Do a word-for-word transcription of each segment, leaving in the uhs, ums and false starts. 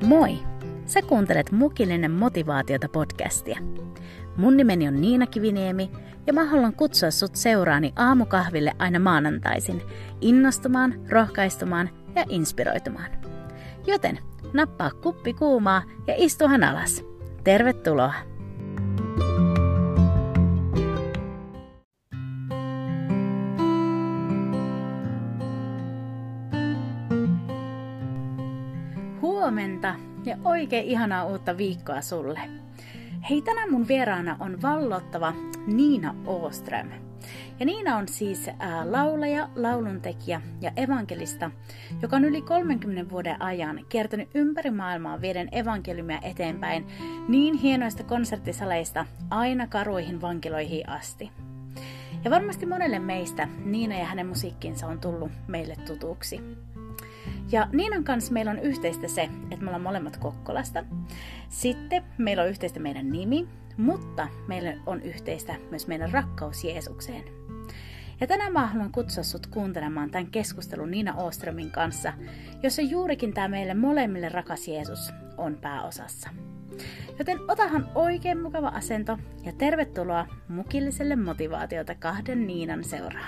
Moi! Sä kuuntelet Mukillinen motivaatiota podcastia. Mun nimeni on Niina Kiviniemi ja mä haluan kutsua sut seuraani aamukahville aina maanantaisin innostumaan, rohkaistumaan ja inspiroitumaan. Joten nappaa kuppi kuumaa ja istuhan alas. Tervetuloa! Huomenta ja oikein ihanaa uutta viikkoa sulle. Hei, tänään mun vieraana on vallottava Nina Åström. Ja Niina on siis ää, laulaja, lauluntekijä ja evankelista, joka on yli kolmenkymmenen vuoden ajan kiertänyt ympäri maailmaa vieden evankeliumia eteenpäin niin hienoista konserttisaleista aina karuihin vankiloihin asti. Ja varmasti monelle meistä Niina ja hänen musiikkinsa on tullut meille tutuksi. Ja Niinan kanssa meillä on yhteistä se, että me ollaan molemmat Kokkolasta. Sitten meillä on yhteistä meidän nimi, mutta meillä on yhteistä myös meidän rakkaus Jeesukseen. Ja tänään mä haluan kutsua sut kuuntelemaan tämän keskustelun Nina Åströmin kanssa, jossa juurikin tämä meille molemmille rakas Jeesus on pääosassa. Joten otahan oikein mukava asento ja tervetuloa Mukilliselle motivaatiota kahden Niinan seuraan.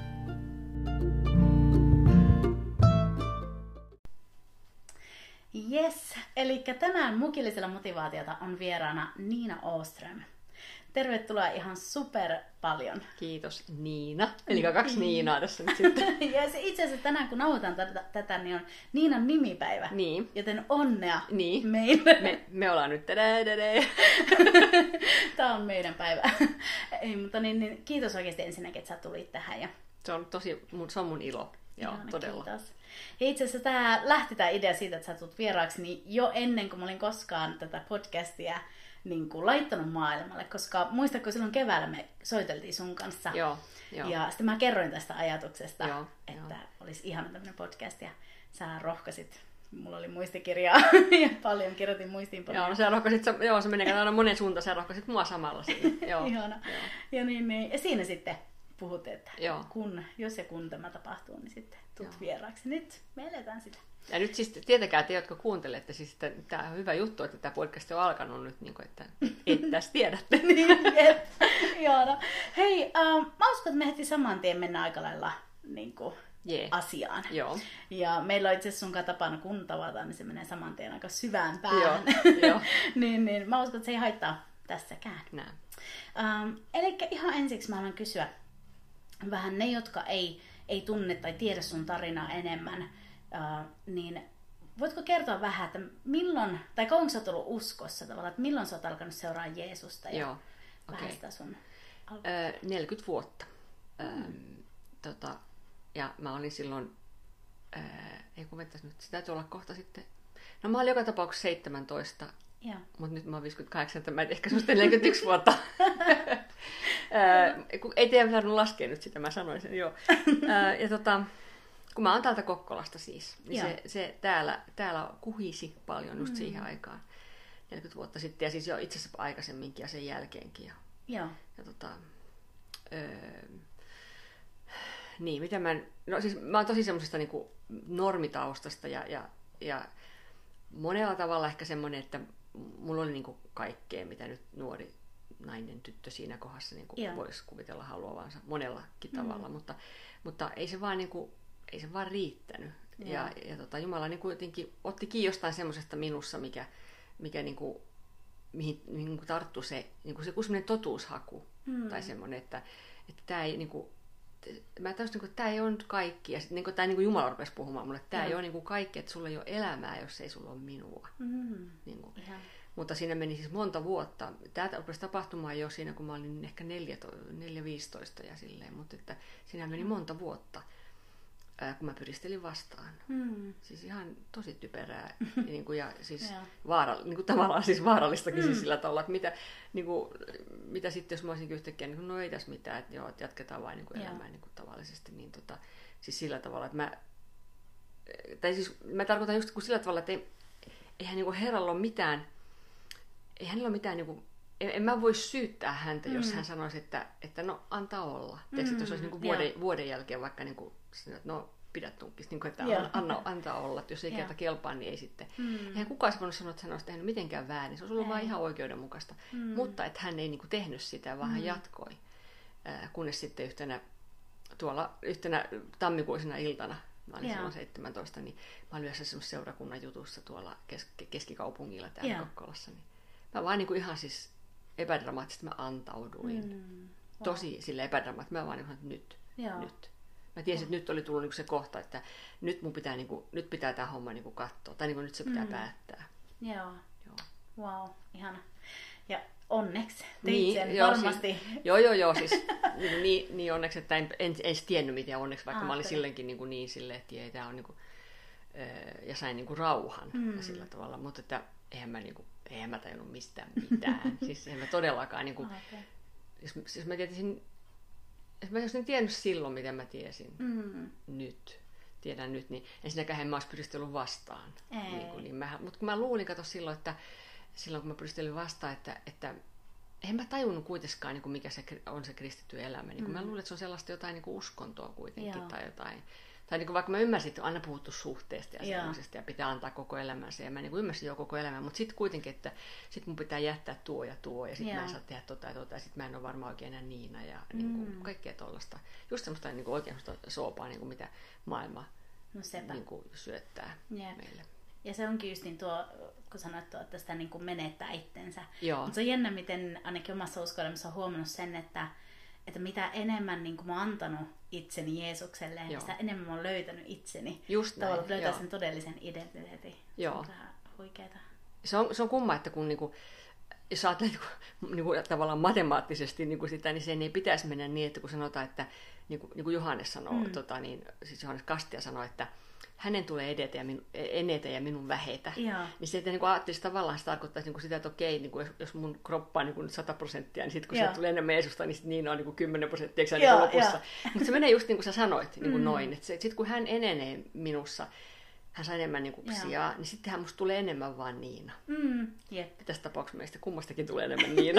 Yes, eli tänään Mukillisella motivaatiota on vieraana Nina Åström. Tervetuloa ihan super paljon. Kiitos Niina. Eli kaksi Niinaa tässä nyt sitten. Ja se itse asiassa tänään kun nauhoitan tätä, tätä, niin on Niinan nimipäivä. Niin. Joten onnea niin. meille. Me, me ollaan nyt tädä. Tämä on meidän päivä. Ei, mutta niin, niin, kiitos oikeasti ensinnäkin, että sä tulit tähän. Ja... Se on tosi, se on mun ilo. Joo, Ihana, todella. Kiitos. Ja itse asiassa tämä lähti tämä idea siitä, että sä tulet vieraaksi, niin jo ennen kuin mä olin koskaan tätä podcastia niin kuin laittanut maailmalle, koska muistatko silloin keväällä me soiteltiin sun kanssa. Joo, joo. Ja sitten mä kerroin tästä ajatuksesta, joo, että joo. olisi ihana tämmöinen podcast ja sä rohkasit. Mulla oli muistikirjaa ja paljon kirjoitin muistiinpanoja. Joo, no sä rohkasit, joo, se menee aina monen suuntaan, sä rohkasit mua samalla sinne. Joo, ihana. Joo. Ja, niin, niin, ja siinä sitten puhut, että joo. Kun, jos ja kun tämä tapahtuu, niin sitten tulet vieraaksi. Nyt me eletään sitä. Ja nyt siis tietenkään te, jotka kuuntelette, siis tämä on hyvä juttu, että tämä podcast on alkanut nyt, niin kuin, että et tässä tiedätte. Niin, et. Ihana. Hei, ähm, mä uskon, että me heti saman tien mennään aika lailla niin kuin, yeah. asiaan. Joo. Ja meillä on itse asiassa sunkaan tapana, kun tavataan, niin se menee saman tien aika syvään päähän. Joo. Joo. niin, niin, mä uskon, että se ei haittaa tässäkään. Näin. Ähm, Eli ihan ensiksi mä haluan kysyä vähän ne, jotka ei, ei tunne tai tiedä sun tarinaa enemmän, äh, niin voitko kertoa vähän, että milloin, tai kauanko sä oot ollut uskossa tavallaan, että milloin sä oot alkanut seuraa Jeesusta ja Joo. vähän Okay. sitä sun alku- Öö, neljäkymmentä vuotta. Mm. Öö, tota, ja mä olin silloin, öö, ei kun vettäis nyt, se täytyy olla kohta sitten, no mä olin joka tapauksessa seitsemäntoista, Joo. mutta nyt mä oon viisikymmentäkahdeksan, että mä et ehkä semmoista neljäkymmentäyksi vuotta. öö, kun ei teidän saanut laskea nyt sitä, mä sanoin sen, joo. Öö, ja tota, kun mä oon täältä Kokkolasta siis, niin se, se täällä, täällä kuhisi paljon just mm. siihen aikaan, neljäkymmentä vuotta sitten, ja siis jo itse asiassa aikaisemminkin ja sen jälkeenkin. Ja, Joo. ja tota, öö, niin, mitä mä, no siis mä oon tosi semmoisesta niinku normitaustasta ja, ja, ja monella tavalla ehkä semmoinen, että mulla oli niinku kaikkea, mitä nyt nuori nainen, tyttö siinä kohdassa niinku voisi kuvitella haluavansa monellakin mm. tavalla, mutta, mutta ei se vaan, niinku, ei se vaan riittänyt. Ja, ja, ja tota, Jumala niinku jotenkin otti kiinni jostain semmoisesta minussa, mikä, mikä niinku, mihin niinku tarttui se, niinku se semmoinen totuushaku mm. tai semmoinen, että, että tämä ei niinku, mä täysin, että tämä ei ole nyt kaikki. Ja sitten niin tämä niin Jumala rupesi puhumaan mulle, että tämä ei ole niin kaikki, että sulla ei ole elämää, jos ei sulla ole minua. Mm-hmm. Niin kuin. Mutta siinä meni siis monta vuotta. Tämä rupesi tapahtumaan jo siinä, kun mä olin ehkä neljä viisitoista ja silleen. Mutta että siinä meni monta vuotta, kun mä pyristelin vastaan. Mm. Siis ihan tosi typerää. niin kuin, ja siis vaara, niin kuin tavallaan siis vaarallistakin mm. siis sillä tavalla, että mitä, niin kuin, mitä sitten, jos mä olisinkin yhtäkkiä, niin kuin, no ei tässä mitään, että joo, että jatketaan vain niin kuin elämää niin kuin tavallisesti. Niin, tota, siis sillä tavalla, että mä, tai siis mä tarkoitan just sillä tavalla, että ei, eihän niin kuin Herralla ole mitään, ei hänellä ole mitään, niin kuin, en, en mä voi syyttää häntä, mm. jos hän sanoisi, että, että no antaa olla. Mm. Tietysti, jos olisi niin kuin vuoden, vuoden jälkeen vaikka niin kuin, että no pidä tunkis, niin kuin, että anna, anna, antaa olla, että jos ei kerta kelpaa, niin ei sitten. Mm. Eihän kukaan se voinut sanoa, että hän olisi tehnyt mitenkään väärin, se olisi ollut ei. vaan ihan oikeudenmukaista. Mm. Mutta että hän ei niin kuin tehnyt sitä, vaan mm. hän jatkoi, äh, kunnes sitten yhtenä, tuolla, yhtenä tammikuisena iltana, mä olin silloin seitsemäntoista, niin mä olin yhdessä semmoisessa seurakunnan jutussa tuolla kes- keskikaupungilla täällä Kokkolassa, niin mä vaan niin kuin ihan siis epädramaattisesti mä antauduin. Mm. Wow. Tosi sille epädramaattisesti, mä vaan niin kuin, että nyt, Joo. nyt. Mä tiesin, että nyt oli tullut niinku se kohta, että nyt mun pitää, niinku, nyt pitää tämä homma niinku katsoa, tai niinku nyt se pitää mm. päättää. Joo. Joo. Wow, ihana. Ja onneksi teit niin, sen joo, varmasti. Siis, joo, joo, joo, siis niin, niin, niin onneksi, että en, en, en tiennyt mitään onneksi, vaikka ah, mä olin silloinkin niin, niin silleen, että ei, tää on niinku, ja sain niinku rauhan mm. sillä tavalla, mutta että eihän mä, niinku, eihän mä tajunnut mistään mitään. Siis eihän mä todellakaan, niinku, okay. siis, siis mä tietäisin, mä olisin tiennyt silloin, mitä mä tiesin mm. nyt, tiedän nyt, niin ensinnäkään en mä olisi pyristellyt vastaan. Niin kuin, niin mä, mutta kun mä luulin, kato silloin, että silloin kun mä pyristelin vastaan, että, että en mä tajunnut kuitenkaan, niin kuin mikä se on se kristitty elämä. Niin mm. Mä luulin, että se on sellaista jotain niin kuin uskontoa kuitenkin. Joo. Tai jotain. Tai niin kuin vaikka mä ymmärsin, että on aina puhuttu suhteesta ja sellaisesta ja pitää antaa koko elämänsä. Ja mä niin kuin ymmärsin jo koko elämän, mutta sitten kuitenkin, että sit mun pitää jättää tuo ja tuo. Ja sitten mä en saa tehdä tota ja tota. Ja sitten mä en ole varmaan oikein enää Niina. Ja niin kuin mm. kaikkea tollaista. Just semmoista niin kuin oikein semmoista soopaa, niin kuin mitä maailma no niin kuin syöttää Jep. meille. Ja se onkin just niin tuo, kun sanoit tuo, että sitä niin kuin menettää itsensä. Mutta se on jännä, miten ainakin omassa uskoelämässä on huomannut sen, että, että mitä enemmän niin kuin mä oon antanut itseni Jeesukselle, niin sitä enemmän mä oon löytänyt itseni. Just näin. Tavallaan löytää sen todellisen identiteetin. Joo. Se on vähän huikeeta. Se on, se on kumma, että kun niinku, jos ajattelee niinku, niinku, tavallaan matemaattisesti niinku sitä, niin sen ei pitäisi mennä niin, että kun sanotaan, että niin kuin, niin kuin Johannes sanoo, mm. tota, niin, siis Johannes Kastia sanoi, että hänen tulee edetä ja minu, enetä ja minun vähetä. Ja. Niin se, että niin ajattelisi tavallaan se tarkoittaisi niin sitä, että okei, niin kuin, jos mun kroppa on niin sata prosenttia, niin sitten kun se tulee enemmän Jeesusta, niin niin on niin kymmenen prosenttia niin lopussa. Mutta se menee just niin kuin sä sanoit, niin kuin mm. noin. Sitten kun hän enenee minussa, hän saa enemmän niin kuin sijaa, niin sittenhän musta tulee enemmän vaan Niina. Mm. Yep. Tässä tapauksessa meistä kummastakin tulee enemmän Niina.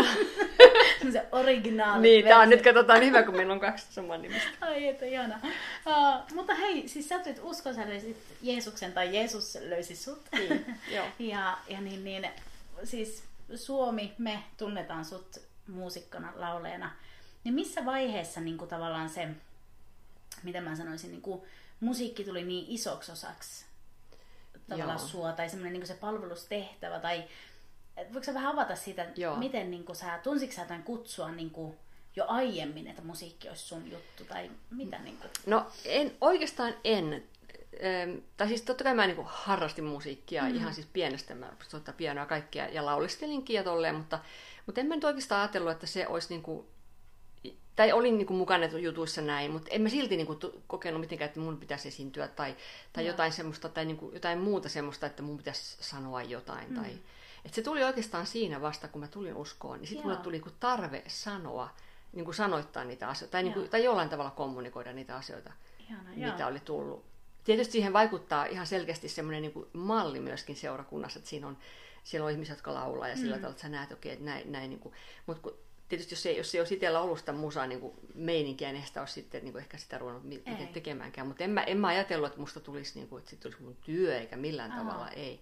Se originaali. Niin, tää on nyt katsotaan hyvä, kun meillä on kaksi saman nimistä. Ai, että ihana. Uh, mutta hei, siis sä et usko, sä löysit Jeesuksen tai Jeesus löysi sut. Niin, joo. ja, ja niin, niin, siis Suomi, me tunnetaan sut muusikkona, lauleena. Niin missä vaiheessa niin kuin tavallaan se, mitä mä sanoisin, niin kuin musiikki tuli niin isoksi osaksi tavallaan Joo. sua, tai semmoinen niin se palvelustehtävä, tai voiko sä vähän avata sitä, Joo. miten niin kuin sä, tunsitko sä jotain kutsua niin kuin jo aiemmin, että musiikki olisi sun juttu, tai mitä? Niin kuin? No en, oikeastaan en. Ähm, tai siis totta kai mä niin kuin harrastin musiikkia mm. ihan siis pienestä, mä soittaa pianoa kaikkia ja lauliskelinkin ja tolleen, mutta, mutta en mä nyt oikeastaan ajatellut, että se olisi niin kuin, tai olin niin kuin mukana jutuissa näin, mutta en mä silti niin kuin kokenut mitenkään, että mun pitäisi esiintyä tai, tai jotain semmoista, tai niin kuin jotain muuta semmoista, että mun pitäisi sanoa jotain. Mm. Tai, että se tuli oikeastaan siinä vasta, kun mä tulin uskoon, niin sitten mulle tuli niin kuin tarve sanoa, niin kuin sanoittaa niitä asioita, tai, niin kuin, tai jollain tavalla kommunikoida niitä asioita, Ihana, mitä joo. oli tullut. Tietysti siihen vaikuttaa ihan selkeästi semmoinen niin kuin malli myöskin seurakunnassa, että siinä on, siellä on ihmisiä, jotka laulaa, ja sillä mm. tavalla, että sä näet, okei, okay, näin, näin niin kuin, mutta tietysti jos ei, jos ei olisi itsellä ollut sitä musaa niin kuin meininkiä, niin sitä olisi sitten niin kuin ehkä sitä ruvennut miten tekemäänkään. Mutta en mä, en mä ajatellut, että musta tulisi, niin kuin, että sitten tulisi mun työ, eikä millään Aha. tavalla, ei.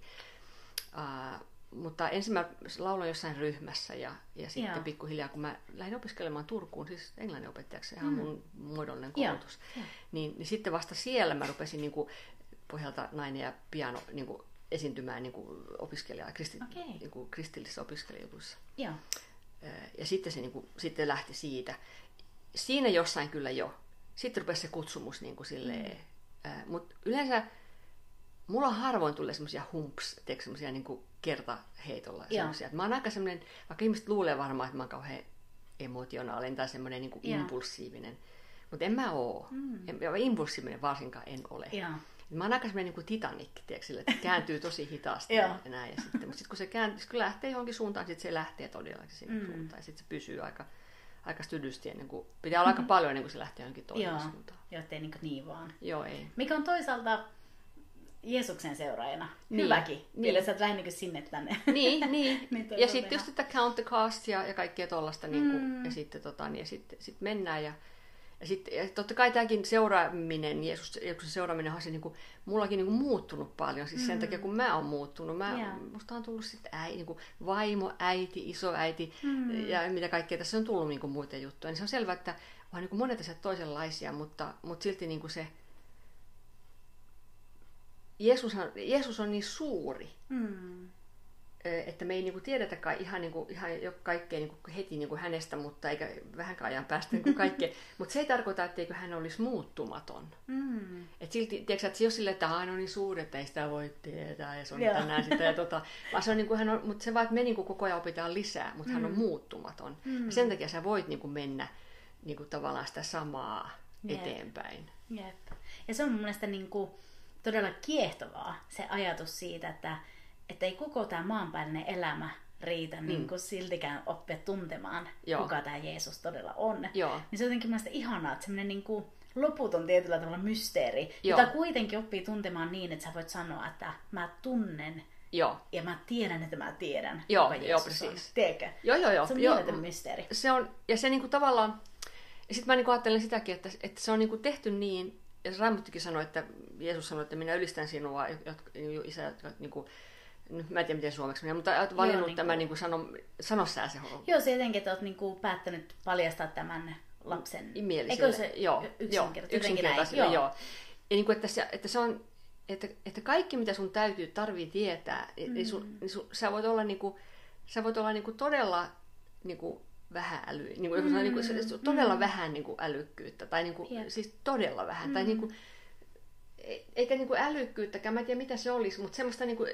Uh, mutta ensin mä lauloin jossain ryhmässä, ja, ja sitten Joo. pikkuhiljaa, kun mä lähdin opiskelemaan Turkuun, siis englannin opettajaksi, ihan mm. mun muodollinen koulutus, niin, niin sitten vasta siellä mä rupesin niin kuin, pohjalta nainen ja piano niin kuin, esiintymään niin kuin opiskelijaa, kristi, okay. niin kuin, kristillisissä opiskelijutuissa. Joo. Ja sitten se niin kuin, sitten lähti siitä. Siinä jossain kyllä jo. Sitten rupesi se kutsumus niin kuin silleen. Mm. Mutta yleensä mulla harvoin tulee semmoisia humps, semmoisia niin kuin kertaheitolla. Mä oon aika semmoinen, vaikka ihmiset luulee varmaan, että mä oon kauhean emotionaalinen tai semmoinen niin kuin impulsiivinen. Mutta en mä oo. Mm. En, impulsiivinen varsinkaan en ole. Ja. Mä oon aika semmoinen niin kuin Titanic, tiedätkö, että kääntyy tosi hitaasti ja näin. Ja sitten, mutta sitten kun se kääntyy, kun lähtee johonkin suuntaan, sitten se lähtee todellakin sinne mm. suuntaan. Ja sitten se pysyy aika, aika stydysti ennen kuin, pitää olla mm-hmm. aika paljon ennen kuin se lähtee johonkin toiseen suuntaan. Joo, ettei niin, niin vaan. Joo, ei. Mikä on toisaalta Jeesuksen seuraajana niin. hyväkin. Niin. Vielä sä et lähde niin sinne tänne. Niin, niin. niin ja sitten just että count the cost ja, ja kaikkea tollaista. Niin kuin, mm. ja sitten tota, niin, ja sitten sit mennään ja Ja sitten totta kai tämäkin seuraaminen, Jeesus, Jeesuksen seuraaminen on se niin kuin, mullakin niin kuin muuttunut paljon. Siis sen mm. takia, kun mä oon muuttunut. Mä, yeah. Musta on tullut sitten äi, niin kuin vaimo, äiti, isoäiti mm. ja mitä kaikkea tässä on tullut niin kuin muita juttuja. Niin se on selvää, että on niin kuin monet asiat toisenlaisia, mutta, mutta silti niin kuin se Jeesus on, Jeesus on niin suuri. Mm. Että me ei niinku tiedetäkään ihan, niinku, ihan jo kaikkea niinku heti niinku hänestä, mutta eikä vähänkään ajan päästä niinku kaikkea. Mutta se ei tarkoita, etteikö hän olisi muuttumaton. Mm. Et silti, tiedätkö, että se ei ole silleen, että hän on niin suuri, että ei sitä voi tietää, ja se on tänään sitä ja tota. Vaan se on niinku, hän on, mutta se vaan, että me niinku koko ajan opitaan lisää, mutta mm. hän on muuttumaton. Mm. Ja sen takia sä voit niinku mennä niinku tavallaan sitä samaa Jep. eteenpäin. Jep. Ja se on mun mielestä niinku todella kiehtovaa, se ajatus siitä, että että ei koko tämä maanpäällinen elämä riitä mm. niin kuin siltikään oppia tuntemaan, Joo. kuka tämä Jeesus todella on. Joo. Niin se on jotenkin mielestäni ihanaa, että semmoinen niin kuin loputon tietyllä tavalla mysteeri, Joo. jota kuitenkin oppii tuntemaan niin, että sä voit sanoa, että mä tunnen Joo. ja mä tiedän, että mä tiedän, Joo, kuka Jeesus jo, on. Tiedätkö? Joo, joo, joo. Se on mieletön mysteeri. Se on, ja se niin kuin tavallaan, ja sitten mä niin kuin ajattelen sitäkin, että, että se on niin kuin tehty niin, ja Raamattukin sanoi, että Jeesus sanoi, että minä ylistän sinua, jotka, isä, jotka niin kuin, mä en tiedä miten suomeksi menee, mutta olet valinnut niin tämän, niin kuin sano, sano sä se homma. Joo, se jotenkin, että olet niin kuin päättänyt paljastaa tämän lapsen. Mielisille. Eikö se joo, yksinkertaisesti? Yksinkertaisille, joo. joo. Ja niin kuin, että, se, että se on, että, että kaikki mitä sun täytyy, tarvii tietää, mm. niin, sun, niin sun, sä voit olla, niin kuin, sä voit olla niin kuin todella niin kuin, vähän äly, niin kuin, mm. niin kuin, todella mm. vähän niin kuin, älykkyyttä, tai niin kuin, yep. siis todella vähän, mm. tai niin kuin, eikä niin kuin älykkyyttäkään, mä en tiedä mitä se olisi, mutta semmoista niin kuin,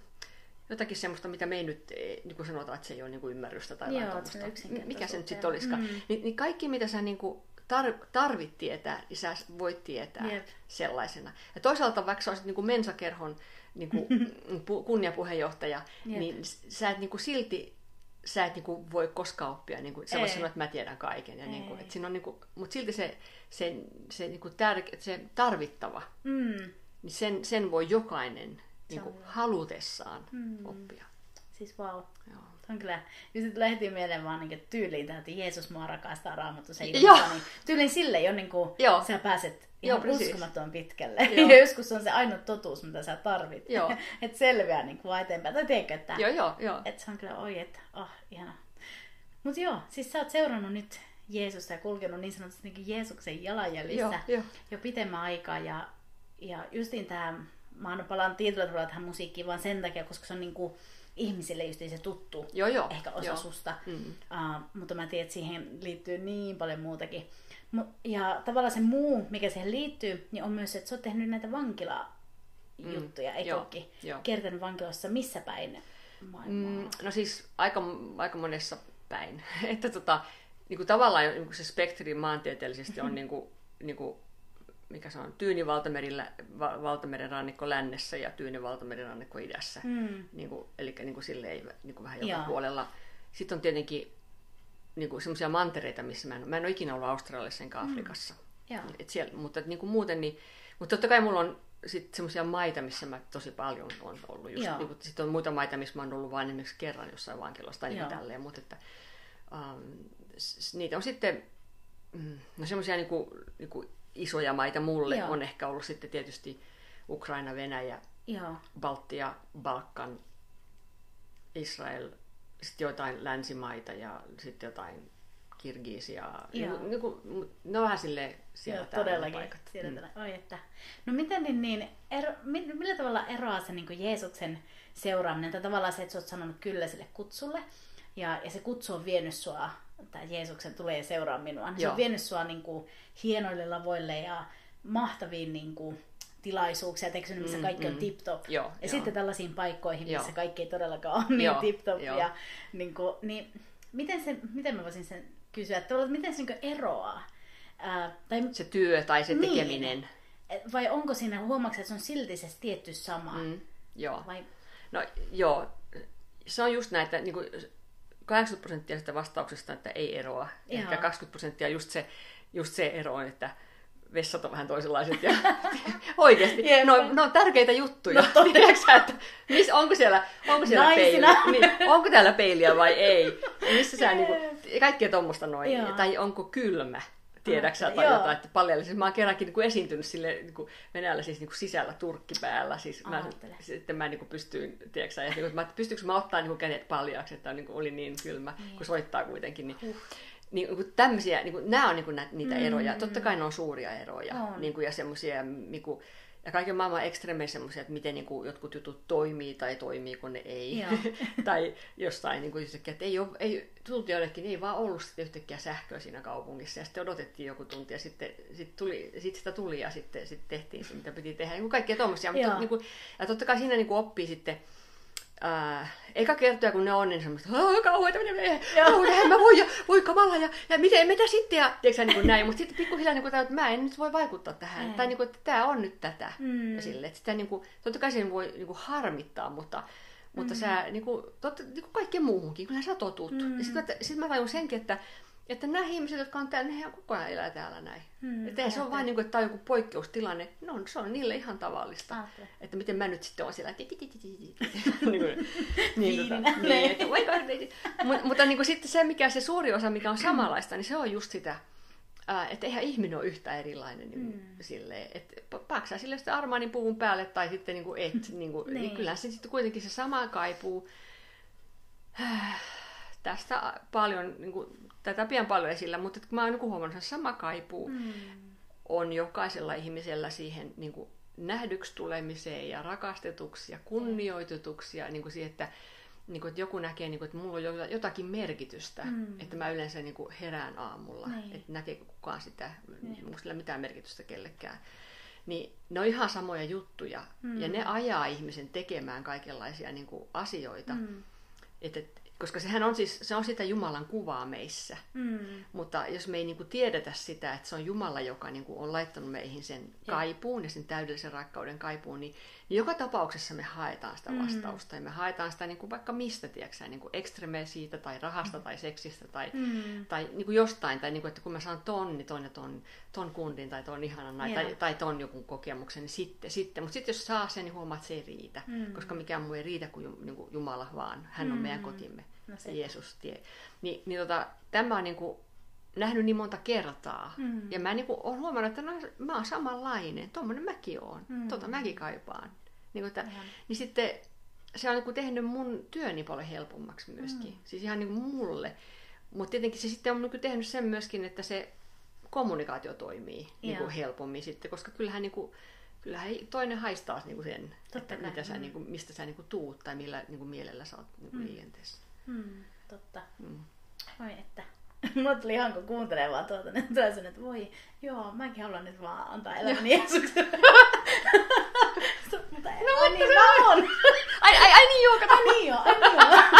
jotakin semmoista, mitä me ei nyt niin kuin sanotaan, että se ei ole niin kuin ymmärrystä tai Joo, mikä se nyt sitten olisikaan. Mm. Ni, niin kaikki, mitä sä niin kuin tar- tarvit tietää, niin sä voit tietää Jep. sellaisena. Ja toisaalta vaikka sä olisit niin kuin Mensakerhon niin kuin kunniapuheenjohtaja, Jep. niin sä et niin kuin silti sä et niin kuin voi koskaan oppia. Niin kuin, sä voit sanoa, että mä tiedän kaiken. Ja niin kuin, että siinä on, niin kuin, mutta silti se, se, se, niin kuin tär- se tarvittava, mm. niin sen, sen voi jokainen niin kuin halutessaan mm. oppia. Siis vau. Wow. On kyllä. Ja sitten lähti mieleen vaan niin tyyliin tähän, että Jeesus mua rakastaa Raamattu se ilmoittaa. Niin tyyliin sille jo niin kuin sä pääset ihan Joo, uskomattoman pitkälle. Joo. Ja joskus on se ainut totuus, mitä sä tarvit. Että selviää niin kuin vaan eteenpäin. Tai teekö, että, joo, joo, joo. että se on kyllä oi, että oh, ihana. Mutta joo, siis sä oot seurannut nyt Jeesusta ja kulkenut niin sanotusti niin Jeesuksen jalanjäljissä joo, jo. jo pitemmän aikaa. Ja, ja justiin tämä, mä oon palannut tietyllä tavalla tähän musiikkiin vaan sen takia, koska se on niin kuin ihmisille just se tuttu joo, joo, ehkä osa joo. susta, mm. uh, mutta mä tiedän, että siihen liittyy niin paljon muutakin. Ja tavallaan se muu, mikä siihen liittyy, niin on myös se, että sä oot tehnyt näitä vankilajuttuja, mm. eikö ookin? Kiertänyt vankilassa missä päin maailmaa? Mm, no siis aika, aika monessa päin. Että tota, niinku tavallaan niinku se spektri maantieteellisesti on niinku, niinku mikä se on, Tyyni valtamerillä, va, valtameren rannikko lännessä ja Tyyni valtameren rannikko idässä. Mm. Niin kuin, eli niin kuin silleen niin kuin vähän joka Joo. puolella. Sitten on tietenkin niin kuin semmoisia mantereita, missä mä en, mä en ole ikinä ollut Australiassa enkä Afrikassa. Mm. Et siellä, mutta niin kuin muuten, niin, mutta totta kai mulla on sitten semmoisia maita, missä mä tosi paljon on ollut. Niin sitten on muita maita, missä mä oon ollut vain esimerkiksi kerran jossain vankilassa tai niin tälleen. Mutta että, um, niitä on sitten mm, no semmoisia niin kuin, niin kuin isoja maita mulle Joo. on ehkä ollut sitten tietysti Ukraina, Venäjä, Joo. Baltia, Balkan, Israel, sitten jotain länsimaita ja sitten jotain Kirgisiaa. Niin kuin, ne on vähän silleen siellä Joo, täällä paikat. Mm. Oi, että. No miten niin, niin ero, millä tavalla eroaa se niin kuin Jeesuksen seuraaminen, tai tavallaan se, että sä oot sanonut kyllä sille kutsulle, ja, ja se kutsu on vienyt sua, tai Jeesuksen tulee seuraa minua, niin se on vienyt sua niin kuin hienoille lavoille ja mahtaviin niin kuin tilaisuuksia, teikö missä kaikki mm, on tip-top. Joo, ja jo. sitten tällaisiin paikkoihin, missä Joo. kaikki ei todellakaan ole niin tip-top. Ja, niin kuin, niin, miten, se, miten mä voisin sen kysyä, että miten se niin eroaa? Ää, tai, se työ tai se niin, tekeminen. Vai onko siinä, huomaatko, että se on silti se tietty sama? Mm, joo. Vai? No joo, se on just näitä, niin kuin kahdeksankymmentä prosenttia sitä vastauksesta, että ei eroa. Joo. Ehkä kaksikymmentä prosenttia just se, just se ero on, että vessat on vähän toisenlaiset. Ja oikeasti, ne on, ne on tärkeitä juttuja. No, tiedätkö, että miss, onko siellä, onko siellä peiliä? Niin, onko täällä peiliä vai ei? Missä sä, niin kuin, kaikkea tuommoista noin. Tai onko kylmä? tiedäksä tai jotain, että paljon. Siis mä oon kerrankin niin kuin esiintynyt sille niin kuin Venäjällä siis niin kuin sisällä turkki päällä. Siis mä, sitten mä niin kuin pystyin, tiedäksä, ja niin kuin, että pystyykö mä ottaa niin kuin kädet paljaaksi, että niin kuin oli niin kylmä, niin. kun soittaa kuitenkin. Niin, huh. niin kuin tämmöisiä, niin kuin, nämä on niin kuin niitä eroja. Mm. Totta kai ne on suuria eroja. On. Niin kuin, ja semmoisia, niin kuin, ja kaiken maailman ekstremejä semmoisia, että miten niin kuin, jotkut jutut toimii tai toimii, kun ne ei. Tai jostain, niin kuin, että ei, ole, ei tultiin jollekin, ei vaan ollut sitten yhtäkkiä sähköä siinä kaupungissa. Ja sitten odotettiin joku tunti ja sitten sit tuli, sit sitä tuli ja sitten sit tehtiin se, mitä piti tehdä. Niin kuin kaikkea tuommoisia. Mutta, niin kuin, ja totta kai siinä niin kuin oppii sitten, Äh, eikä kertoja kun ne on, niin semmoista, kauheita, en mä voi, ja voi kamala, ja, ja miten, mitä sitten, ja tiedätkö niin kuin näin, mutta sitten pikkuhiljaa, niin kuin, että mä en nyt voi vaikuttaa tähän, ei. Tai niin kuin, että tämä on nyt tätä, mm. ja sille, että sitä niin kuin, totta kai sen voi niin kuin harmittaa, mutta, mutta mm. sä, niin kuin, totta, niin kuin kaikkeen muuhunkin, kyllähän sä totut, mm. ja sitten sit mä tajun senkin, että Että nämä ihmiset, jotka on täällä, nehän koko ajan elää täällä näin. Hmm, että ei se ole vain niin kuin, että tämä on joku poikkeustilanne. No, se on niille ihan tavallista. Okay. Että miten mä nyt sitten olen siellä. Mutta niin kuin sitten se, mikä se suuri osa, mikä on samanlaista, niin se on just sitä, että eihän ihminen ole yhtä erilainen. Niin hmm. silleen, että paksaa sille sitten armaanin puvun päälle tai sitten niin kuin et. Niin, kuin, niin kyllähän se sitten kuitenkin se sama kaipuu. Tästä paljon, niin kuin, tätä pian paljon esillä, mutta kun mä oon niin huomannut, että sama kaipuu mm. on jokaisella ihmisellä siihen niin kuin, nähdyksi tulemiseen ja rakastetuksi ja kunnioitetuksi ja niin kuin siihen, että, niin kuin, että joku näkee, niin kuin, että mulla on jotakin merkitystä, mm. että mä yleensä niin kuin, herään aamulla, Nein. että näkeekö kukaan sitä, Nein. musta ei ole mitään merkitystä kellekään. Niin ne on ihan samoja juttuja mm. ja ne ajaa ihmisen tekemään kaikenlaisia niin kuin, asioita, mm. että koska sehän on siis se on sitä Jumalan kuvaa meissä. Mm. Mutta jos me ei niinku tiedetä sitä, että se on Jumala, joka niinku on laittanut meihin sen ja. kaipuun ja sen täydellisen rakkauden kaipuun, niin, niin joka tapauksessa me haetaan sitä vastausta. Mm. Ja me haetaan sitä niinku vaikka mistä, tiedätkö, niinku ekstremeä siitä, tai rahasta, mm. tai seksistä, tai, mm. tai niinku jostain. Tai niinku, että kun mä saan ton, niin ton ja ton, ton kundin, tai ton ihanan, yeah. tai, tai ton joku kokemuksen, niin sitten. sitten. Mutta sitten jos saa sen, niin huomaa, että se ei riitä. Mm. Koska mikään muu ei riitä kuin niinku Jumala, vaan hän on mm. meidän kotimme. No Jeesus tie. Ni, niin tota, tämä on niinku nähnyt niin monta kertaa. Mm. Ja mä niinku olen huomannut, että no, mä oon samanlainen. Tuommoinen mäkin oon. Mm. Tota mäkin kaipaan. Niin, että, niin sitten se on niinku tehnyt mun työni paljon helpommaksi myöskin. Mm. Siis ihan niinku mulle. Mutta tietenkin se sitten on niinku tehnyt sen myöskin, että se kommunikaatio toimii niinku helpommin sitten. Koska kyllähän, niinku, kyllähän toinen haistaa niinku sen, että mitä sä, mm. niinku, mistä sä niinku tuut tai millä niinku mielellä sä oot niinku mm. liikenteessä. Hmm, totta. Mm. Oi että. Mulla tuli ihan kun kuuntelee vaan tuota, niin tulee sen, että voi, joo, mäkin haluan nyt vaan antaa elämäni Jeesukselle. Mutta ei, no, ai niin, mä oon. Ai, ai, ai niin joo, kato. Ai niin joo, ai niin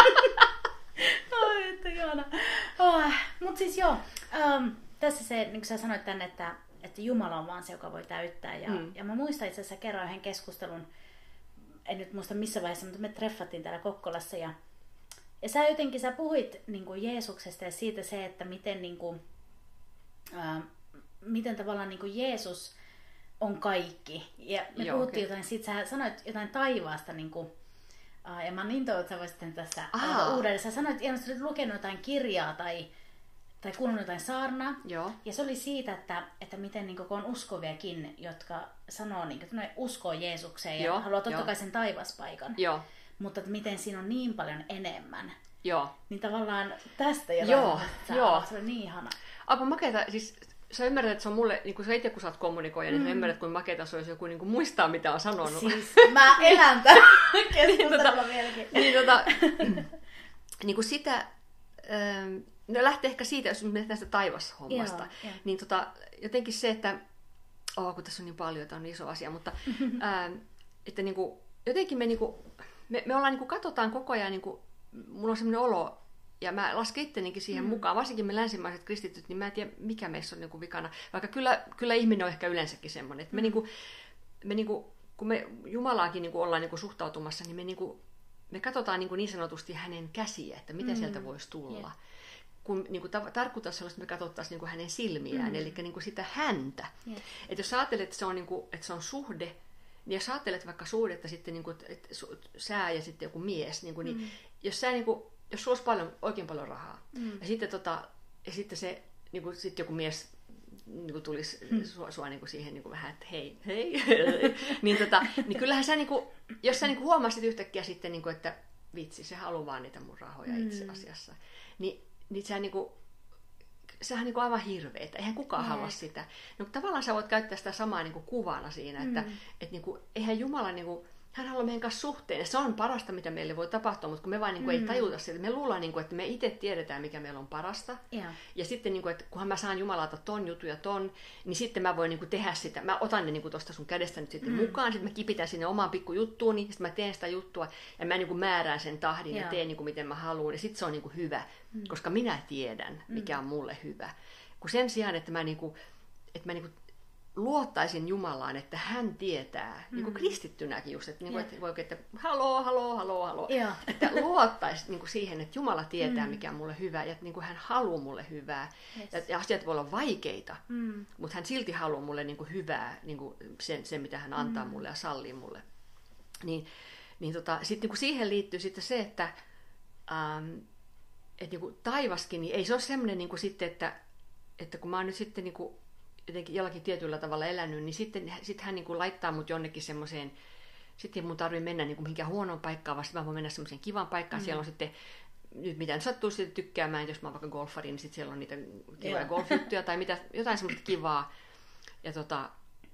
joo. Oi, että ihana. Oh, mut siis joo, um, tässä se, niin kuin sä sanoit tänne, että, että Jumala on vaan se, joka voi täyttää. Ja, mm. ja mä muistan itse asiassa kerran yhden keskustelun, en nyt muista missä vaiheessa, mutta me treffattiin täällä Kokkolassa ja Ja sä jotenkin sä puhuit niin kuin Jeesuksesta ja siitä se, että miten, niin kuin, ää, miten tavallaan niin kuin Jeesus on kaikki. Ja me Joo, puhuttiin okay. jotain, sit sä sanoit jotain taivaasta, niin kuin, ää, ja mä niin toivon, että sä voisit tässä uudelleen. Sä sanoit, että sä olit lukenut jotain kirjaa tai, tai kuunnut jotain saarnaa. Joo. Ja se oli siitä, että, että miten niin kuin, on uskoviakin, jotka sanoo, niin kuin, että uskoo Jeesukseen ja Joo, haluaa totta jo. kai sen taivaspaikan. Joo. Mutta että miten siinä on niin paljon enemmän. Joo. Niin tavallaan tästä jotain. Joo, joo. Se on niin ihana. Aivan makeeta, siis sä ymmärrät, että se on mulle, niin kun sä itse kun saat kommunikoida, mm. niin sä ymmärrät, kun makeeta se olisi joku niin kuin muistaa, mitä on sanonut. Siis mä elän tämän keskustelua vieläkin. Niin tota, niin kuin sitä, no lähtee ehkä siitä, jos me tästä taivashommasta, joo, joo. niin tota, jotenkin se, että, oh, kun tässä on niin paljon, tämä on niin iso asia, mutta ää, että niin kuin, jotenkin me, niin kuin, me, me ollaan, niin kuin, katsotaan koko ajan, niin kuin, mulla on sellainen olo, ja mä lasken ittenikin siihen mm. mukaan, varsinkin me länsimaiset kristityt, niin mä en tiedä, mikä meissä on niin kuin vikana. Vaikka kyllä, kyllä ihminen on ehkä yleensäkin semmoinen, että me, mm. niin kuin, me niin kuin, kun me Jumalaakin niin kuin ollaan niin kuin suhtautumassa, niin me, niin kuin, me katsotaan niin, kuin niin sanotusti hänen käsiä, että mitä mm. sieltä voisi tulla. Yeah. Kun niin kuin, tarkoittaa sellaista, että me katsottaisiin niin kuin hänen silmiään, mm. eli niin kuin sitä häntä. Yeah. Että jos ajattelet, että se on, niin kuin, että se on suhde, niin jos ajattelet vaikka suhdetta sitten, niin kuin, että sä ja sitten joku mies, niin, kuin, mm. niin jos sä niin kuin, jos sulla olisi paljon, oikein paljon rahaa, mm. ja sitten, tota, ja sitten se, niin kuin, sitten joku mies niin kuin tulisi hmm. sua, sua niin kuin siihen niin kuin vähän, että hei, hei. niin, tota, niin kyllähän sä, niin kuin, jos sä niin kuin huomasit yhtäkkiä sitten, niin kuin, että vitsi, se haluaa vaan niitä mun rahoja hmm. itse asiassa, niin, niin sä niin kuin, sehän on niin kuin aivan hirveetä. Eihän kukaan halua sitä. No, tavallaan sä voit käyttää sitä samaa niin kuin kuvana siinä, että mm. et niin kuin, eihän Jumala, niin kuin, hän haluaa meidän kanssa suhteen. Ja se on parasta, mitä meille voi tapahtua, mutta kun me vaan niin kuin, mm. ei tajuta sitä. Me luullaan, niin kuin, että me itse tiedetään, mikä meillä on parasta. Yeah. Ja sitten, niin kuin, että kunhan mä saan Jumalalta ton jutun ja ton, niin sitten mä voin niin kuin, tehdä sitä. Mä otan ne niin kuin, tosta sun kädestä nyt sitten mm. mukaan, sitten mä kipitän sinne omaan pikkujuttuuni, ja sitten mä teen sitä juttua, ja mä niin kuin, määrään sen tahdin yeah. ja teen niin kuin, miten mä haluan. Ja sitten se on niin kuin, hyvä, mm. koska minä tiedän, mikä on mulle hyvä. Kun sen sijaan, että mä, niinku, että mä niinku luottaisin Jumalaan, että hän tietää, mm. niinku kristittynäkin just, että, niinku, että voi oikein, että haloo, haloo, haloo, haloo. Yeah. Että luottaisi niinku siihen, että Jumala tietää, mm. mikä on mulle hyvä, ja että niinku hän haluaa mulle hyvää. Yes. Ja, ja asiat voi olla vaikeita, mm. mutta hän silti haluaa mulle niinku hyvää, niinku sen, sen, mitä hän antaa mm. mulle ja sallii mulle. Niin, niin tota, sitten niinku siihen liittyy sitten se, että ähm, et niinku taivaskin, niin ei se ole semmoinen niinku sitten, että että kun mä oon nyt sitten niin kuin jotenkin jollakin tietyllä tavalla elänyt, niin sitten sit hän niin kuin laittaa mut jonnekin semmoiseen, sitten mun tarvii mennä niin kuin mihinkään huonoon paikkaan, vaan mä voin mennä semmoiseen kivaan paikkaan. Mm. Siellä on sitten, nyt mitä nyt sattuu sitten tykkäämään, jos mä oon vaikka golfari, niin sitten siellä on niitä kivoja yeah. golfjuttuja tai mitä, jotain semmoista kivaa. Ja tota,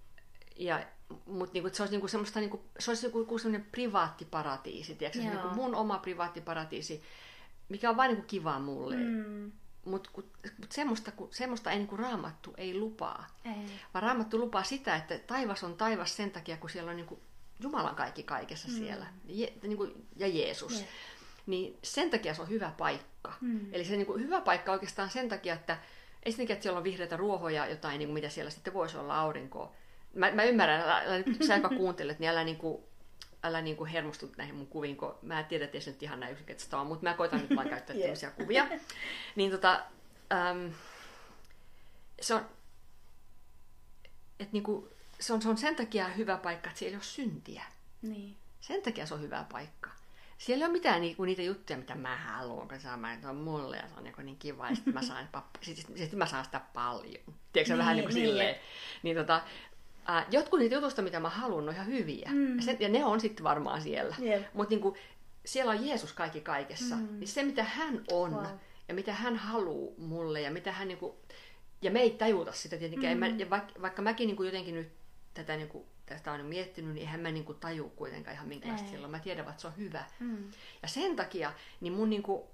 ja, mutta niin kuin, se olisi niin kuin semmoista, niin kuin, se olisi joku semmoinen privaattiparatiisi, tiedätkö? Se, niin kuin mun oma privaattiparatiisi, mikä on vain niin kuin kivaa mulle. Mm. Mutta mut semmoista, semmoista ei niinku Raamattu ei lupaa. Ei. Vaan Raamattu lupaa sitä, että taivas on taivas sen takia, kun siellä on niinku Jumalan kaikki kaikessa mm. siellä. Je, niinku, ja Jeesus. Yeah. Niin sen takia se on hyvä paikka. Mm. Eli se niinku hyvä paikka oikeastaan sen takia, että ei sen takia, että siellä on vihreitä ruohoja, jotain, niinku, mitä siellä sitten voisi olla aurinkoa. Mä, mä ymmärrän, älä, älä, sä joka kuuntelet, niin älä niinku, älä niinku hermostu näihin mun kuviin, kun mä tiedän, että ei se nyt ihan näin yksinkertaista ole, mutta mä koitan nyt vaan käyttää yeah. tämmöisiä kuvia. Niin tota, äm, se on, et niinku, se on, se on sen takia hyvä paikka, että siellä ei ole syntiä. Niin. Sen takia se on hyvä paikka. Siellä ei ole mitään niinku, niitä juttuja, mitä mä haluan, kun saamaan, että on mulle ja se on niin, niin kiva, ja sitten mä saan, sit, sit mä saan sitä paljon. Tiedätkö niin, vähän niin kuin niin, silleen. Niin, tota, Äh, jotkut niitä jutusta, mitä mä haluan, on ihan hyviä. Mm. Ja, sen, ja ne on sitten varmaan siellä. Yep. Mutta niinku, siellä on Jeesus kaikki kaikessa. Mm. Niin se, mitä hän on, wow. ja mitä hän haluaa mulle, ja mitä hän niinku, ja me ei tajuta sitä tietenkään. Mm. Mä, ja vaikka, vaikka mäkin niinku jotenkin nyt tätä, niinku, tästä on miettinyt, niin eihän mä niinku taju kuitenkaan ihan minkälaista ei. Siellä on. Mä tiedän, että se on hyvä. Mm. Ja sen takia, niin mun niinku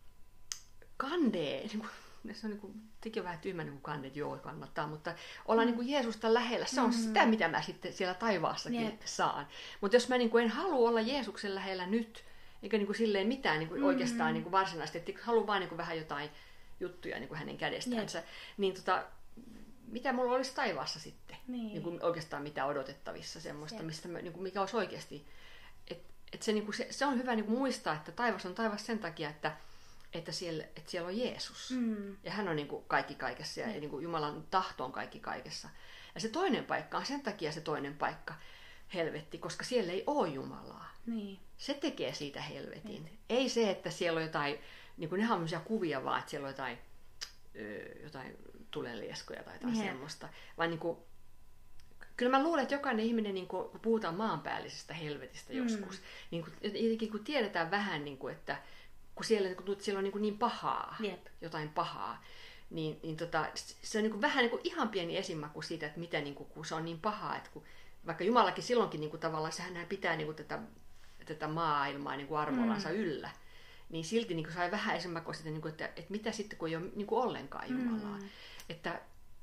kandee, niinku, se on niinku, tekin on vähän tyhmä niin kandet, joo kannattaa, mutta olla mm. niin kuin Jeesusta lähellä, se on mm. sitä, mitä mä sitten siellä taivaassakin yep. saan. Mutta jos mä niin kuin en halua olla Jeesuksen lähellä nyt, eikä niin kuin silleen mitään niin kuin mm. oikeastaan niin kuin varsinaisesti, että haluan vaan niin kuin vähän jotain juttuja niin kuin hänen kädestänsä, yep. niin tota, mitä mulla olisi taivaassa sitten? Niin. Niin kuin oikeastaan mitä odotettavissa semmoista, yep. mistä mä, niin kuin mikä olisi oikeasti. Et, et se, niin kuin se, se on hyvä niin kuin muistaa, että taivas on taivas sen takia, että Että siellä, että siellä on Jeesus. Mm. Ja hän on niin kuin kaikki kaikessa. Ja mm. niin kuin Jumalan tahto on kaikki kaikessa. Ja se toinen paikka on sen takia se toinen paikka helvetti, koska siellä ei ole Jumalaa. Niin. Se tekee siitä helvetin. Mm. Ei se, että siellä on jotain, niin kuin nehän on sellaisia kuvia vaan, että siellä on jotain, jotain tulenlieskoja tai jotain mm. semmoista. Vaan niin kuin, kyllä mä luulen, että jokainen ihminen, niin kuin, kun puhutaan maanpäällisestä helvetistä joskus, mm. niin kuin, jotenkin kun tiedetään vähän, niin kuin, että kun siellä, kun siellä on niin, niin pahaa, yep. jotain pahaa, niin, niin tota, se on niin vähän niin ihan pieni esimaku siitä, että mitä, niin kuin, kun se on niin pahaa, että kun, vaikka Jumalakin silloinkin niin kuin, tavallaan, sehän pitää niin kuin, tätä, tätä maailmaa niin kuin armollansa mm. yllä, niin silti niin kuin, sai vähän esimakua siitä, niin kuin, että, että mitä sitten, kun ei ole niin kuin, ollenkaan Jumalaa. Mm. Että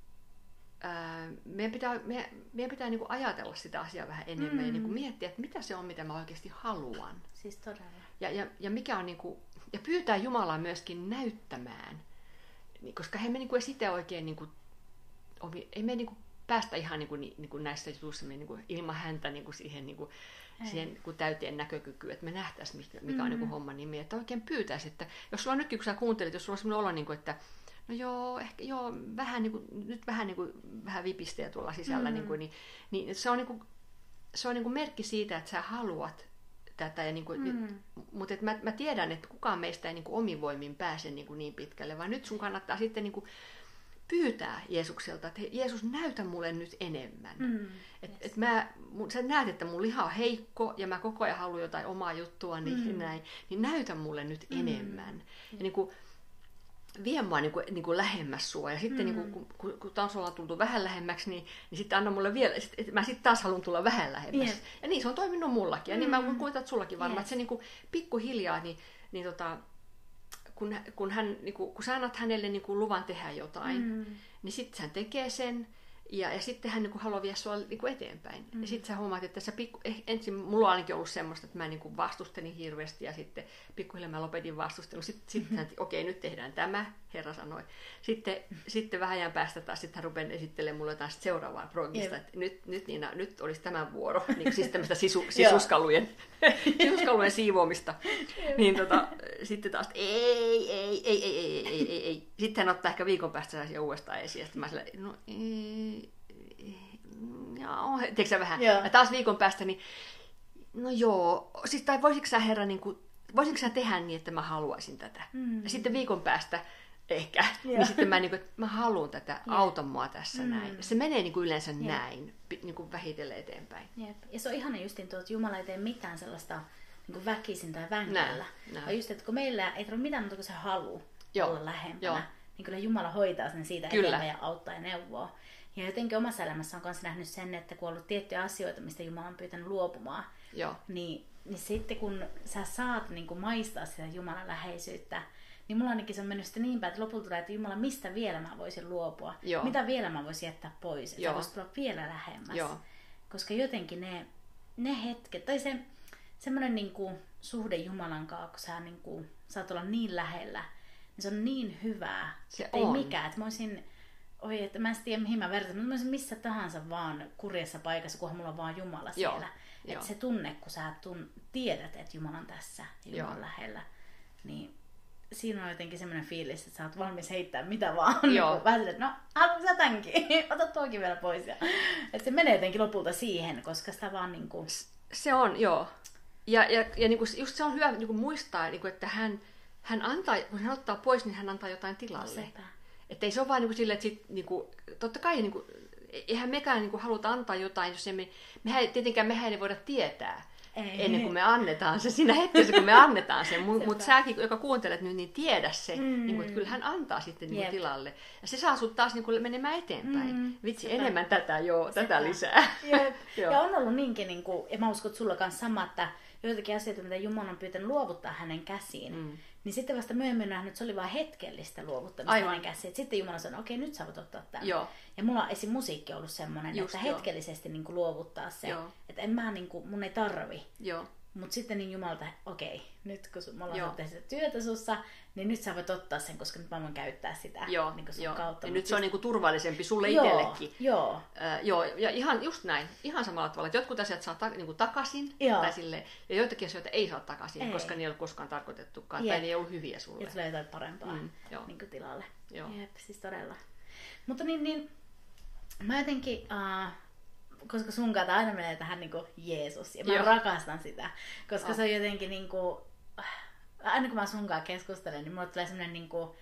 ää, meidän pitää, meidän, meidän pitää niin kuin, ajatella sitä asiaa vähän enemmän mm. ja niin kuin, miettiä, että mitä se on, mitä mä oikeasti haluan. Siis todella. Ja, ja, ja mikä on niin kuin, ja pyytää Jumalaa myöskin näyttämään, koska he me niinku sitä oikein niinku, ei me niinku päästä ihan niinku, niinku näissä jutuissa niinku, ilman häntä niinku siihen, niinku, siihen niinku täyteen näkökykyyn, että me nähtäisiin mikä, mikä on mm-hmm. niinku homman nimi, että oikein pyytäisi, että jos sulla on nytkin, kun sä kuuntelit, jos sulla on sellainen olo, niinku, että no joo, ehkä joo, vähän niinku, nyt vähän niinku, vähän vipistejä tuolla sisällä, mm-hmm. niinku, niin, niin se on niinku, se on niinku merkki siitä, että sä haluat tätä. Ja niin kuin, mm. Mutta et mä, mä tiedän, että kukaan meistä ei niin kuin omin voimin pääse niin, kuin niin pitkälle, vaan nyt sun kannattaa sitten niin kuin pyytää Jeesukselta, että Jeesus, näytä mulle nyt enemmän. Mm, että yes. et mä, sä näet, että mun liha on heikko ja mä koko ajan haluan jotain omaa juttua, niin, mm. näin, niin näytä mulle nyt mm. enemmän. Ja niin kuin, vie mua niin kuin, niin kuin lähemmäs sua. Ja sitten mm. niin kuin, kun, kun, kun taas ollaan tultu vähän lähemmäksi, niin, niin sitten anna mulle vielä, sit, että mä sitten taas haluan tulla vähän lähemmäs. Yep. Ja niin se on toiminut mullakin. Ja mm. niin mä voin kuvitella, että sullakin varmaan, yes. että se niin kuin, pikkuhiljaa, niin, niin tota, kun, kun, hän, niin kuin, kun sä annat hänelle niin kuin, luvan tehdä jotain, mm. niin sitten hän tekee sen. Ja, ja sitten hän niin kuin, haluaa viedä sua niin kuin, eteenpäin. Mm. Ja sitten sä huomaat, että sä pikku, eh, ensin mulla on ainakin ollut semmoista, että mä niin kuin, vastustelin hirveästi ja sitten pikkuhiljaa mä lopetin vastustelun. Sitten, sitten hän, okei, okay, nyt tehdään tämä, Herra sanoi. Sitten, sitten vähän ajan päästä taas sitten hän rupeaa esittelemään mulle jotain seuraavaa progista, että nyt, nyt, Niina, nyt olisi tämän vuoro, niin siis tämmöistä sisu, sisuskalujen, sisuskalujen siivoamista. Niin tota, sitten taas, ei, ei, ei, ei, ei, ei, ei, ei. Sitten hän ottaa ehkä viikon päästä sellaisia uudestaan esiin, ja sitten mä silleen, no ei, joo, tiedätkö sä vähän? Joo. Ja taas viikon päästä, niin no joo, siis, tai voisitko sä Herra, niin kuin, voisitko sä tehdä niin, että mä haluaisin tätä? Mm. Ja sitten viikon päästä ehkä, yeah. niin sitten mä, niin kuin, että mä haluan tätä, yeah. auta mua tässä mm. näin. Se menee niin kuin yleensä yeah. näin, niin kuin vähitellen eteenpäin. Jep. Ja se on ihana justiin tuo, että Jumala ei tee mitään sellaista niin kuin väkisin tai vänkellä. Vaan just, että kun meillä ei tarvitse mitään muuta kuin se halu Joo. olla lähempänä, Joo. niin kyllä Jumala hoitaa sen siitä kyllä. eteenpäin ja auttaa ja neuvoo. Ja jotenkin omassa elämässä on myös nähnyt sen, että kun on ollut tiettyjä asioita, mistä Jumala on pyytänyt luopumaan, Joo. Niin, niin sitten kun sä saat niin kuin maistaa sitä Jumalan läheisyyttä, niin mulla ainakin se on mennyt sitten niin päin, että lopulta tulee, että Jumala, mistä vielä mä voisin luopua? Joo. Mitä vielä mä voisin jättää pois? Että sä voisit tulla vielä lähemmäs. Joo. Koska jotenkin ne, ne hetket, tai se semmoinen niin kuin suhde Jumalan kanssa, kun sä niin kuin, saat olla niin lähellä, niin se on niin hyvää. Se ei on. mikään. Että mä olisin, oi, että mä en tiedä mihin mä vertaan, mutta mä olisin missä tahansa vaan kurjassa paikassa, kunhan mulla on vaan Jumala siellä. Että se tunne, kun sä tun, tiedät, että Jumala on tässä ja Jumala on lähellä, niin siinä on jotenkin semmoinen fiilis, että sä oot valmis heittää mitä vaan. Joo. Vähän silleen, että no, haluatko sä tämänkin? Ota tuokin vielä pois. Ja, että se menee jotenkin lopulta siihen, koska sitä vaan niin kuin... Se on, joo. Ja, ja, ja niin kuin, just se on hyvä niin kuin muistaa, niin kuin, että hän, hän antaa, kun hän ottaa pois, niin hän antaa jotain tilalle. No että ei se ole vaan niin kuin silleen, että sit, niin kuin, totta kai niin kuin, eihän mekään niin kuin, haluta antaa jotain, jos emme, mehän, tietenkään mehän ei voida tietää. Ei. Ennen kuin me annetaan se siinä hetkessä, kun me annetaan sen. Mutta säkin, joka kuuntelet nyt, niin tiedä se, mm. niin kuin, että kyllä hän antaa sitten niin kuin, tilalle. Ja se saa sut taas niin kuin, menemään eteenpäin. Mm. Vitsi, Sepä. enemmän tätä, joo, Sepä. tätä lisää. Ja on ollut niinkin, niin kuin, ja mä uskon, että sulla kanssa sama, että joitakin asioita, mitä Jumala on pyytänyt luovuttaa hänen käsiin, mm. niin sitten vasta myöhemmin nähnyt, että se oli vain hetkellistä luovuttamista Aivan. hänen käsiin. Et sitten Jumala sanoi, okei, nyt sä voit ottaa tämän. Joo. Ja mulla on esim. Musiikki ollut semmoinen, Just, että joo. hetkellisesti niin kuin, luovuttaa se. Joo. Että en mä, niin kuin, mun ei tarvi. Joo. Mutta sitten niin Jumalta, okei, nyt kun me ollaan saanut tehdä työtä sussa, niin nyt sä voit ottaa sen, koska nyt mä voin käyttää sitä joo, niin sun joo. kautta. Ja nyt se on niinku turvallisempi sulle joo, itsellekin. Joo. Äh, joo. Ja ihan just näin, ihan samalla tavalla, että jotkut asiat saa ta- niinku takaisin, tai sille, ja joitakin asioita ei saa takaisin, ei. koska ne ei ole koskaan tarkoitettukaan, Jep. tai ne ei ollut hyviä sulle. Ja tulee jotain parempaa mm, niin tilalle. Joo. Jep, siis todella. Mutta niin, niin mä jotenkin... Uh, koska sun kanssa aina menee tähän niinku Jeesus. Ja mä Joo. rakastan sitä. Koska oh. se on jotenkin niinku... Aina kun mä sun kanssa keskustelen, niin mulle tulee semmonen niinku...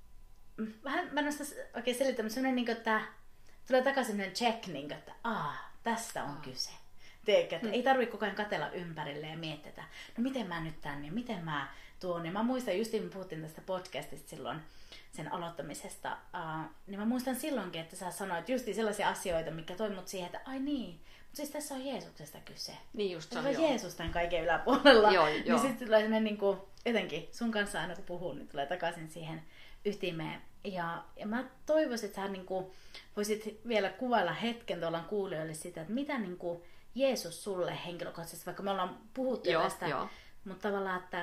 Vähän, mä en osaa oikein selittää, mutta semmonen niinku, että... Tulee takaisin semmonen check, niinku, että aah, tästä on oh. kyse. Teekö, että mm. ei tarvitse koko ajan katsella ympärille ja miettiä, no miten mä nyt tän ja miten mä tuon. Ja mä muistan, justiin me puhuttiin tästä podcastista silloin, sen aloittamisesta, uh, niin mä muistan silloinkin, että sä sanoit justiin sellaisia asioita, mikä toi mut siihen, että ai niin, mutta siis tässä on Jeesuksesta kyse. Niin just on, joo. Jeesus tämän kaiken yläpuolella. Joo, joo. Niin sitten tulee semmoinen niin kuin, jotenkin sun kanssa aina kun puhun, niin tulee takaisin siihen ytimeen. Ja, ja mä toivoisin, että sä niin kuin, voisit vielä kuvailla hetken tuolla kuulijoille sitä, että mitä niin kuin Jeesus sulle henkilökohtaisesti, vaikka me ollaan puhuttu joo, tästä, joo. mutta tavallaan, että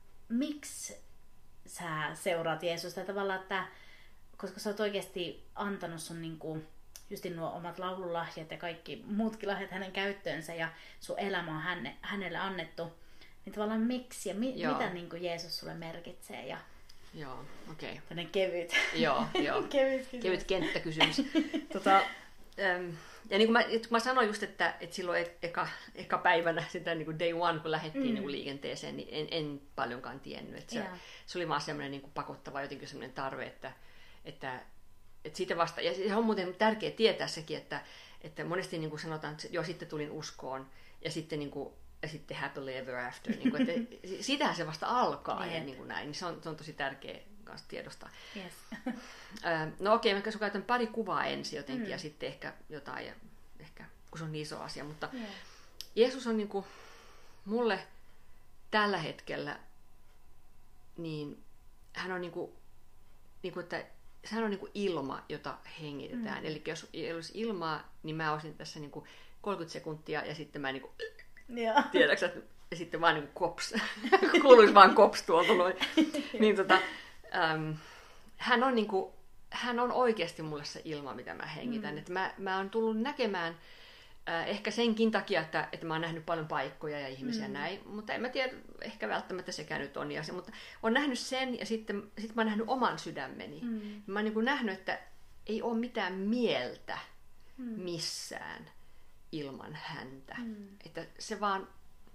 miksi sä seuraat Jeesusta tavallaan, että koska sä oot oikeasti antanut sun niinku, justin nuo omat laululahjat ja kaikki muutkin lahjat hänen käyttöönsä ja sun elämä on häne, hänelle annettu, niin tavallaan miksi ja mi, mitä niinku Jeesus sulle merkitsee ja Joo, okei. Okay. Tällainen kevyt. Joo, joo. kevyt, kevyt kenttäkysymys. tota, ähm, ja niin kuin mä, kun mä sanoin just, että, että silloin eka, eka päivänä, sitä niin kuin day one, kun lähdettiin mm. niin kuin liikenteeseen, niin en, en paljonkaan tiennyt. Että se, yeah. se oli vaan semmoinen niin kuin pakottava jotenkin semmoinen tarve, että, että et siitä vasta, ja se on muuten tärkeää tietää sekin, että, että monesti niin kuin sanotaan, että jo sitten tulin uskoon, ja sitten, niin kuin, ja sitten happily ever after. Niin kuin, että siitähän se vasta alkaa, ja niin kuin näin. Niin se, on, se on tosi tärkeää kanssa tiedostaa. Yes. No okei, okay, mä käytän pari kuvaa ensin jotenkin, mm. ja sitten ehkä jotain, ja ehkä, kun se on niin iso asia. Mutta yeah. Jeesus on niin kuin, mulle tällä hetkellä, niin hän on niin kuin, niin kuin, että sehän on niin kuin ilma, jota hengitetään. Mm. Eli jos ei olisi ilmaa, niin mä olisin tässä niin kuin kolmekymmentä sekuntia ja sitten mä niin kuin, yeah. tiedäksä, ja sitten vaan niin kuin kops. Kuuluisi vaan kops tuolta noin. niin, tota, äm, hän, on niin kuin, hän on oikeasti mulle se ilma, mitä mä hengitän. Mm. Että mä, mä oon tullut näkemään äh, ehkä senkin takia, että, että mä oon nähnyt paljon paikkoja ja ihmisiä mm. näin. Mutta en mä tiedä, ehkä välttämättä sekään nyt on asia. Mutta oon nähnyt sen ja sitten sit mä oon nähnyt oman sydämeni. Mm. Mä oon niin kuin nähnyt, että ei ole mitään mieltä mm. missään ilman häntä. Mm. Että se vaan,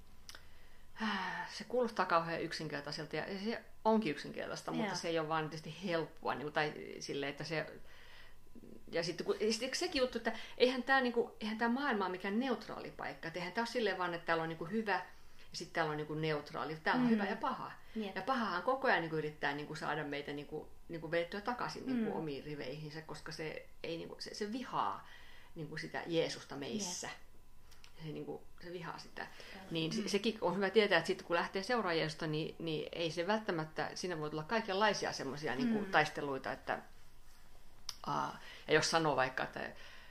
se kuulostaa kauhean yksinkertaiselta ja se onkin yksinkertaista, yeah. mutta se ei ole vaan tietysti helppoa. Niin kuin, tai silleen, että se, ja sitten kun, sitten sekin juttu, että eihän tämä, niin kuin, eihän tämä maailma ole mikään neutraali paikka. Että eihän tämä ole silleen vaan, että täällä on niin kuin hyvä ja sitten täällä on niin kuin neutraali. Täällä on mm. hyvä ja paha. Yeah. Ja pahahan koko ajan niin kuin yrittää niin kuin saada meitä niin kuin, niin kuin vedettyä takaisin niin kuin mm. omiin riveihinsä, koska se, ei, niin kuin, se, se vihaa niin kuin sitä Jeesusta meissä. Yeah. Se, niin kuin, se vihaa sitä. Niin se, sekin on hyvä tietää, että sitten kun lähtee seuraamaan Jeesusta, niin, niin ei se välttämättä, siinä voi tulla kaikenlaisia semmoisia niin kuin mm. taisteluita, että uh, ja jos sanoo vaikka, että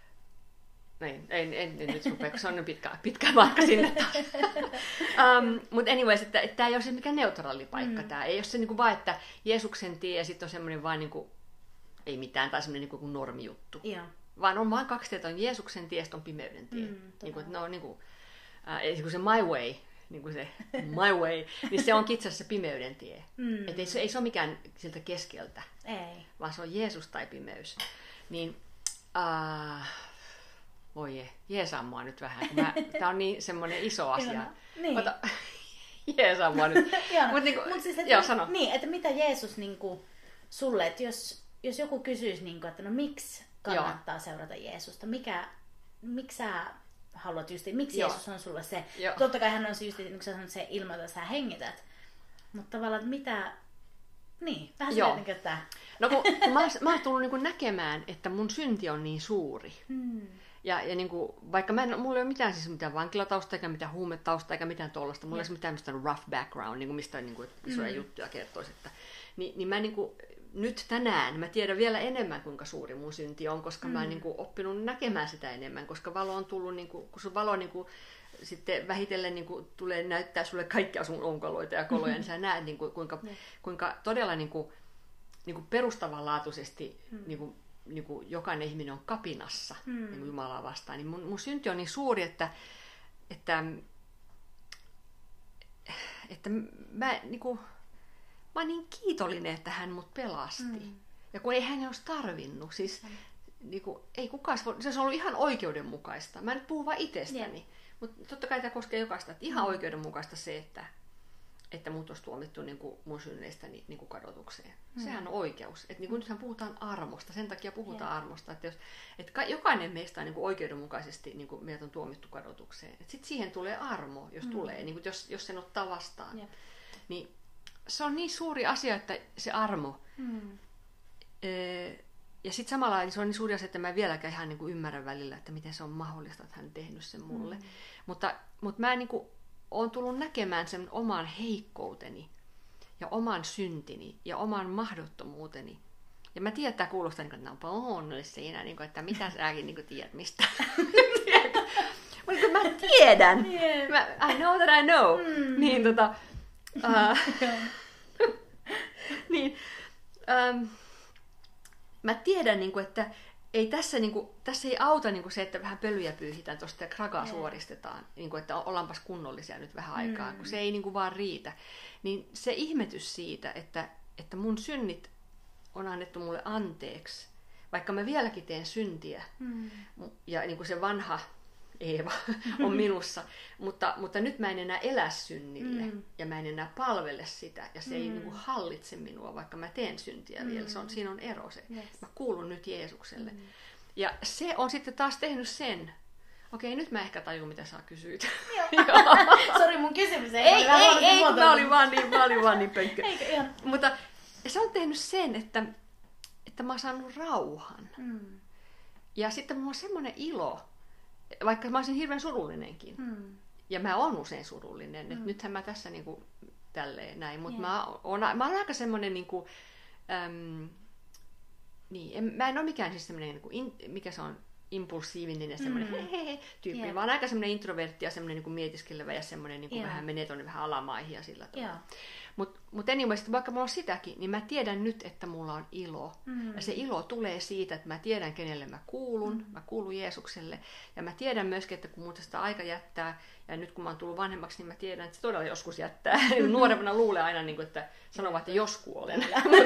niin, en, en, en nyt rupea, kun se on pitkä, pitkä matka sinne taas. um, Mutta anyways, että, että tämä ei ole se mikään neutraali paikka. Mm. Tämä ei ole se niin kuin vaan, että Jeesuksen tie ja sitten on semmoinen vaan niin kuin, ei mitään, tai semmoinen niin kuin normijuttu. Yeah. Vaan on vain kaksi tietä, on Jeesuksen tie, on pimeyden tie. Mm, niin kuin, no, niin kuin, äh, se my way, niin kuin se my way, niin se on itse asiassa se pimeyden tie. Mm. Et ei, se, ei se ole mikään siltä keskeltä, ei. Vaan se on Jeesus tai pimeys. Niin, äh, voi je, jeesaa mua nyt vähän, kun tämä on niin semmoinen iso asia. Niin. Ota, jeesaa mua nyt. Mut niinku, Mut siis, joo, sano. Niin, että mitä Jeesus niinku, sulle, että jos, jos joku kysyisi, niinku, että no miksi kannattaa Joo. seurata Jeesusta. Mikä, miksi sä haluat just, miksi Joo. Jeesus on sulle se? Joo. Totta kai hän on se just, niin kuin se ilma, jota sä hengität. Mutta tavallaan, että mitä, niin, vähän se niin että... No kun, kun mä, mä oon tullut niin kuin näkemään, että mun synti on niin suuri. Hmm. Ja, ja niin kuin, vaikka mä en, mulla ei ole mitään, siis mitään vankilatausta, eikä mitään huumetausta, eikä mitään tollaista. Mulla ei ole mitään mistä rough background, niin kuin mistä niin kuin, isoja hmm. juttuja kertoisi. Että, niin, niin mä niin kuin, nyt tänään mä tiedän vielä enemmän, kuinka suuri mun synti on, koska mm. mä oon niin kuin oppinut näkemään sitä enemmän, koska valo on tullut, niin kuin, kun sun valo niin kuin, sitten vähitellen niin kuin, tulee näyttää sulle kaikkia sun onkaloita ja koloja, niin sä näet, niin kuin, kuinka, mm. kuinka todella niin kuin, niin kuin perustavanlaatuisesti mm. niin kuin, niin kuin jokainen ihminen on kapinassa mm. niin kuin Jumalaa vastaan. Niin mun, mun synti on niin suuri, että, että, että mä niin kuin, mä oon niin kiitollinen, että hän mut pelasti. Mm. Ja kun ei hän olisi tarvinnut, siis mm. niin kuin, ei kukaan, se olisi ollut ihan oikeudenmukaista. Mä nyt puhun vaan itsestäni. Yeah. Mutta totta kai tämä koskee jokaista, että ihan mm. oikeudenmukaista se, että, että mut olisi tuomittu niin kuin mun synneistä niin kuin kadotukseen. Mm. Sehän on oikeus. Että niin kuin nythän puhutaan armosta, sen takia puhutaan yeah. armosta. Että, jos, että jokainen meistä on niin kuin oikeudenmukaisesti niin kuin meidät on tuomittu kadotukseen. Sitten siihen tulee armo, jos mm. tulee, niin kuin jos, jos sen ottaa vastaan. Yeah. Niin, se on niin suuri asia, että se armo. Mm. Ja sitten samalla se on niin suuri asia, että mä en vieläkään ihan niin kuin ymmärrän välillä, että miten se on mahdollista, että hän on tehnyt sen mulle. Mm. Mutta, mutta mä niin kuin olen tullut näkemään sen oman heikkouteni ja oman syntini ja oman mahdottomuuteni. Ja mä tiedän, että tämä kuulostaa, niin kuin, että on siinä, niin kuin, että mitä säkin niin kuin tiedät mistä. Mutta mä tiedän. Yeah. Mä, I know that I know. Mm. Niin tota... Uh, niin, um, mä tiedän, niin kuin, että ei tässä, niin kuin, tässä ei auta niin kuin se, että vähän pölyjä pyyhitään tuosta ja krakaa yeah. suoristetaan, niin kuin, että ollaanpas kunnollisia nyt vähän aikaa, mm. kun se ei niin kuin, vaan riitä. Niin se ihmetys siitä, että, että mun synnit on annettu mulle anteeksi, vaikka mä vieläkin teen syntiä. Mm. Ja niin kuin se vanha Eeva on minussa, mutta, mutta nyt mä en enää elä synnille mm. ja mä en enää palvele sitä ja se mm. ei niin kuin hallitse minua, vaikka mä teen syntiä mm. vielä. Se on, siinä on ero se. Yes. Mä kuulun nyt Jeesukselle. Mm. Ja se on sitten taas tehnyt sen. Okei, nyt mä ehkä tajun, mitä sä kysyit. Sori, mun kysymys ei Ei, ei, ei, kun mä olin vaan niin, mä olin vaan niin pönkkö. Mutta se on tehnyt sen, että, että mä oon saanut rauhan. Mm. Ja sitten mulla on semmoinen ilo, vaikka mä olisin hirveän surullinenkin. Mm. Ja mä oon usein surullinen, mm. että nythän mä tässä niinku tälleen näin. Mutta yeah. mä, oon, mä oon aika semmoinen niinku, äm, niin, en, mä en ole mikään siis semmoinen, niinku, in, mikä se on, impulsiivinen ja semmoinen mm. hehehe tyyppi, yeah. vaan aika semmoinen introvertti ja semmoinen niin mietiskelevä ja semmoinen niin yeah. vähän menee tuonne vähän alamaihin ja sillä tavalla. Yeah. Mutta mut anyways, vaikka mulla on sitäkin, niin mä tiedän nyt, että mulla on ilo. Mm. Ja se ilo tulee siitä, että mä tiedän, kenelle mä kuulun. Mm. Mä kuulun Jeesukselle. Ja mä tiedän myöskin, että kun muuta sitä aika jättää, ja nyt kun mä oon tullut vanhemmaksi, niin mä tiedän, että se todella joskus jättää. Nuorempana luulee aina, niin kuin, että sanovat, että jos kuolen.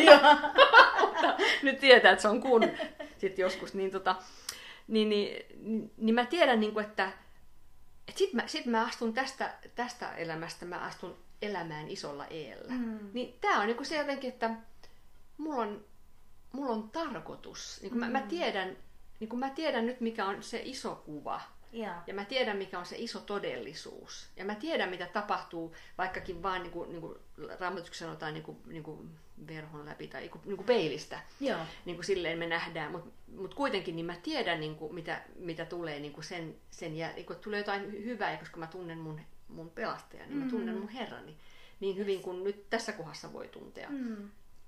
Mutta nyt tietää, että se on kun sitten joskus. Niin tota, Niin, niin, niin, niin mä tiedän, niin kuin, että, että sit mä, sit mä astun tästä, tästä elämästä, mä astun elämään isolla eellä. Mm. Niin tää on niin kuin se jotenkin, että mulla on, mulla on tarkoitus. Niin kuin mm. mä, mä, tiedän, niin kuin mä tiedän nyt, mikä on se iso kuva. Yeah. Ja mä tiedän, mikä on se iso todellisuus. Ja mä tiedän, mitä tapahtuu, vaikkakin vaan, niin kuin, niin kuin Raamatuksi sanotaan, niin kuin, niin kuin verhon läpi tai niin kuin, niin kuin peilistä. Yeah. Niin kuin silleen me nähdään. Mutta mut kuitenkin niin mä tiedän, niin kuin, mitä, mitä tulee niin kuin sen, sen jälkeen. Niin kuin, tulee jotain hyvää, koska mä tunnen mun, mun pelastajan, niin mä tunnen mun Herrani niin hyvin kuin nyt tässä kohdassa voi tuntea. Mm.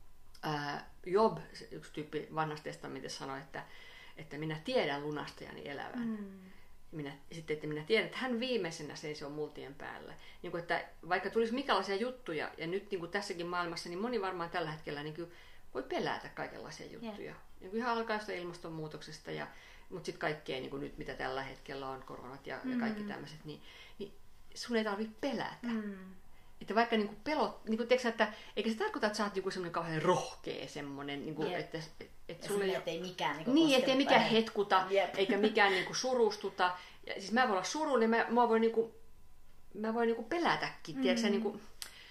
Ää, Job, yksi tyyppi vanhassa testamentissa sanoi, että, että minä tiedän lunastajani elävän. Mm. Minä, sitten, että minä tiedän, että hän viimeisenä seisoo multien päällä. Niin kuin, että vaikka tulisi minkälaisia juttuja, ja nyt niin kuin tässäkin maailmassa, niin moni varmaan tällä hetkellä niin kuin voi pelätä kaikenlaisia juttuja. Yeah. Niin kuin ihan alkaa sitä ilmastonmuutoksesta, ja, mutta sitten kaikkea niin kuin nyt, mitä tällä hetkellä on, koronat ja, mm. ja kaikki tämmöiset, niin, niin sun ei tarvitse pelätä. Mm. Että vaikka niin kuin pelot, niin kuin, tiedätkö, että eikä se tarkoita, että sä oot joku semmoinen kauhean rohkea semmoinen, niin kuin, yep. että et sulle ei, ettei mikään niin, niin ettei mikään hetkuta, yep. eikä mikään niin kuin surustuta. Ja siis mä voin olla surullinen, mä, mä voin, niin kuin, mä voin niin kuin pelätäkin, mm. tiedätkö, niin kuin,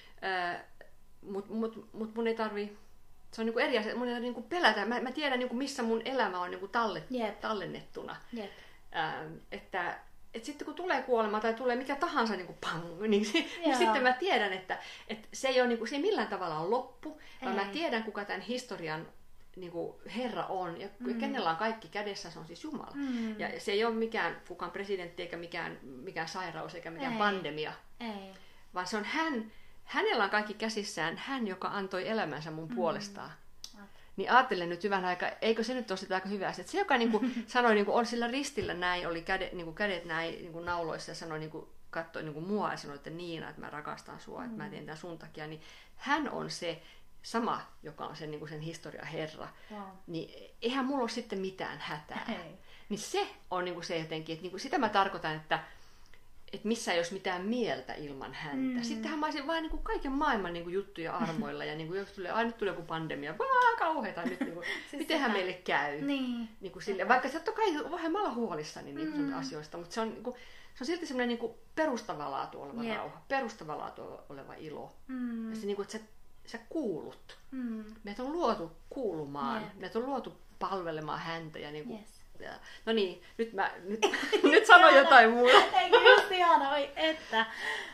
äh, mut, mut, mut mun ei tarvii, se on niin kuin eri asia, mun ei tarvii niin kuin pelätä. Mä, mä tiedän, niin kuin, missä mun elämä on niin kuin tallet, yep. tallennettuna. Yep. Äh, että Et sitten kun tulee kuolema tai tulee mikä tahansa niin kuin pang, niin, se, niin sitten mä tiedän, että, että se, ei ole, niin kuin, se ei millään tavalla ole loppu, vaan ei. Mä tiedän, kuka tämän historian niin kuin Herra on ja mm. kenellä on kaikki kädessä, se on siis Jumala. Mm. Ja se ei ole mikään kukaan presidentti eikä mikään, mikään sairaus eikä mikään ei. pandemia, ei. Vaan se on hän, hänellä on kaikki käsissään, hän, joka antoi elämänsä mun mm. puolestaan. Niin ajattelen nyt hyvän aikaa, eikö se nyt ole sitä aika hyvä asia. Se, joka niin kuin, sanoi, niin kuin, on sillä ristillä näin, oli kädet, niin kuin, kädet näin niin kuin nauloissa ja sanoi, niin kuin, katsoi niin kuin mua ja sanoi, että Niina, että mä rakastan sua, mm. että mä teen tämän sun takia. Niin hän on se sama, joka on sen, niin kuin sen historian herra. Wow. Niin eihän mulla ole sitten mitään hätää. Hei. Niin se on niin kuin se jotenkin, että niin kuin, sitä mä tarkoitan, että että missä ei olisi mitään mieltä ilman häntä. Mm. Sittenhän mä olisin vain niin kuin kaiken maailman niin kuin juttuja armoilla. Ja niin kuin, jos tulee, ai nyt tulee joku pandemia, vaan kauheeta nyt. Niin kuin, siis mitenhän sitä meille käy. Niin. Niin kuin sille, vaikka totta kai vähän mä olen huolissani niitä mm. asioista, mutta se on, niin kuin, se on silti semmoinen niin kuin perustavaa laatu oleva yep. rauha, perustavaa laatu oleva ilo. Mm. Ja se, niin kuin, että sä, sä kuulut. Mm. Meitä on luotu kuulumaan, yep. meitä on luotu palvelemaan häntä. Ja niin kuin, yes. No niin, nyt mä nyt, nyt sanon jotain muuta. Eikö just ihana, oi että.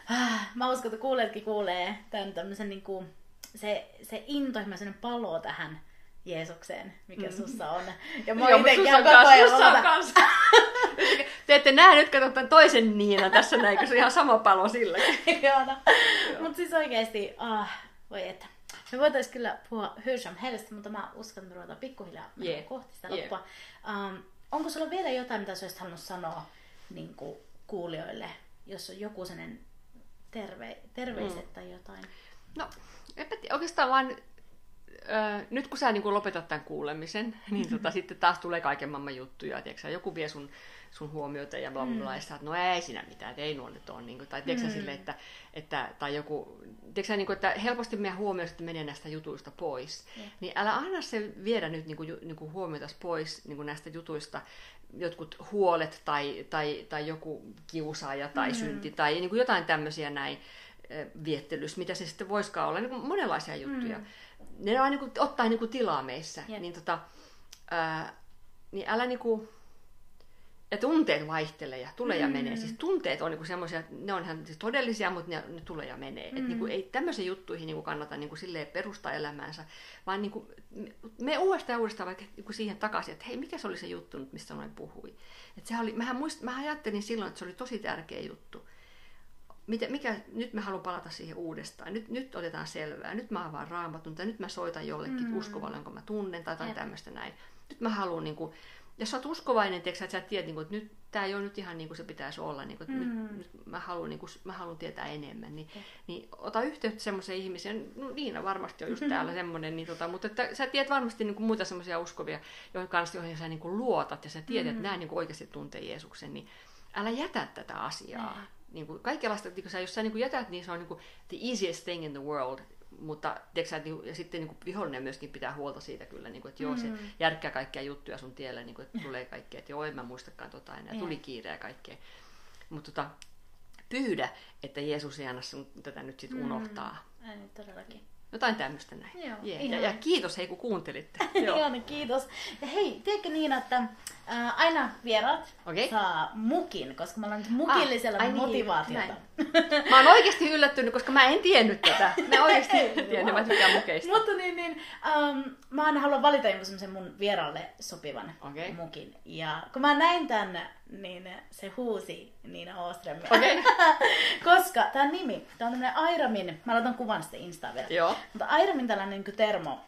Mä uskon, että kuulijatkin kuulee tämän tämmöisen niinku, se, se intohimoinen palo tähän Jeesukseen, mikä mm. sussa on. Ja mä oon itekin koko ajan kanssa. Te ette näe nyt, katso tämän toisen Niinan tässä näin, kun se on ihan sama palo silläkin. Ihana. Mut siis oikeesti, ah, voi että. Me voitais kyllä puhua Hyrsham Hellistä, mutta mä uskon, että me ruvetaan pikkuhiljaa yeah. kohti sitä yeah. loppua. Um, onko sulla vielä jotain, mitä sä olisit halunnut sanoa niin kuin kuulijoille, jos on joku sellainen terve, terveiset mm. tai jotain? No, enpä tiedä. Oikeastaan vaan, äh, nyt kun sä niin kun lopetat tämän kuulemisen, niin tota, sitten taas tulee kaiken maailman juttuja. Tiedätkö, joku vie sun, sun huomiota ja bla bla bla, mm. ja sä, että no ei sinä mitään, ei nuo nyt ole. Niin kuin, tai tiedätkö mm. sille, että, että, tai joku, tiedätkö, niin kuin, että helposti meidän huomio sitten menee näistä jutuista pois. Yeah. Niin älä aina se viedä nyt niin kuin, niin kuin huomiota pois niin kuin näistä jutuista. jotkut huolet tai, tai, tai joku kiusaaja tai mm. synti tai niin kuin jotain tämmöisiä näin viettelys, mitä se sitten voisikaan olla, niin kuin monenlaisia juttuja. Mm. Ne on, niin kuin, ottaa niin kuin tilaa meissä. Yep. Niin, tota, ää, niin älä niin kuin, ja tunteet vaihtelee ja tulee mm. ja menee. Siis tunteet on niin semmoisia, ne on ihan siis todellisia, mutta ne, ne tulee ja menee. Mm. Et niin kuin, ei tämmöisiin juttuihin niin kuin kannata niin kuin silleen perustaa elämäänsä, vaan niin kuin, me uudestaan ja uudestaan vaikka niin kuin siihen takaisin, että hei, mikä se oli se juttu, mistä noin puhuin. Et sehän oli, mähän, muist, mähän ajattelin silloin, että se oli tosi tärkeä juttu. Mitä, mikä, nyt mä haluan palata siihen uudestaan. Nyt, nyt otetaan selvää. Nyt mä avaan Raamatun tai nyt mä soitan jollekin mm. uskovalle, jonka mä tunnen tai jotain tämmöistä näin. Nyt mä haluan, niin kuin, jos sä oot uskovainen, tiiäksä, että sä tiedät, niin kuin, että nyt tää ei ole nyt ihan niin kuin se pitäisi olla. Niin kuin, mm. nyt, nyt mä, haluan, niin kuin, mä haluan tietää enemmän. Niin, niin ota yhteyttä semmoiseen ihmiseen. No, Niina varmasti on just täällä semmoinen. Niin, tota, mutta että, sä tiedät varmasti niin kuin, muita semmoisia uskovia, joihin, kanssa, joihin sä niin kuin, luotat ja sä tiedät, mm. että nämä niin kuin, oikeasti tuntee Jeesuksen. Niin älä jätä tätä asiaa. Mm. Niin kuin kaikenlaista, niin kuin jos sä niin kuin jätät, niin se on niin kuin the easiest thing in the world, mutta tiiäksä, ja sitten niin kuin vihollinen myöskin pitää huolta siitä kyllä, niin kuin, että joo, se järkkää kaikkia juttuja sun tiellä, niin kuin, että tulee kaikkea, että joo, en mä muistakaan tota enää, tuli kiire ja kaikkea. Mutta tota, pyydä, että Jeesus ei anna sun tätä nyt sit unohtaa. Mm. Ei, todellakin. Jotain tämmöistä näin. Joo, yeah. ja, ja kiitos hei, kun kuuntelitte. Ihana, kiitos. Ja hei, tiedätkö niin, että ää, aina vieraat okay. saa mukin, koska mä olen nyt mukillisella ah, motivaatiota. Niin, mä oon oikeasti yllättynyt, koska mä en tiennyt tätä. Mä oikeasti tiennyt, mä tykkään mukeista. Mutta niin, niin um, mä aina haluan valita jonkun semmoisen mun vieraalle sopivan okay. mukin. Ja kun mä näin tän, niin se huusi Niina Åström. Okay. Koska tää nimi, tää on tämmönen Airamin, mä laitan kuvan sitten Instaan vielä. Joo. Mutta Airamin tällainen niin termo,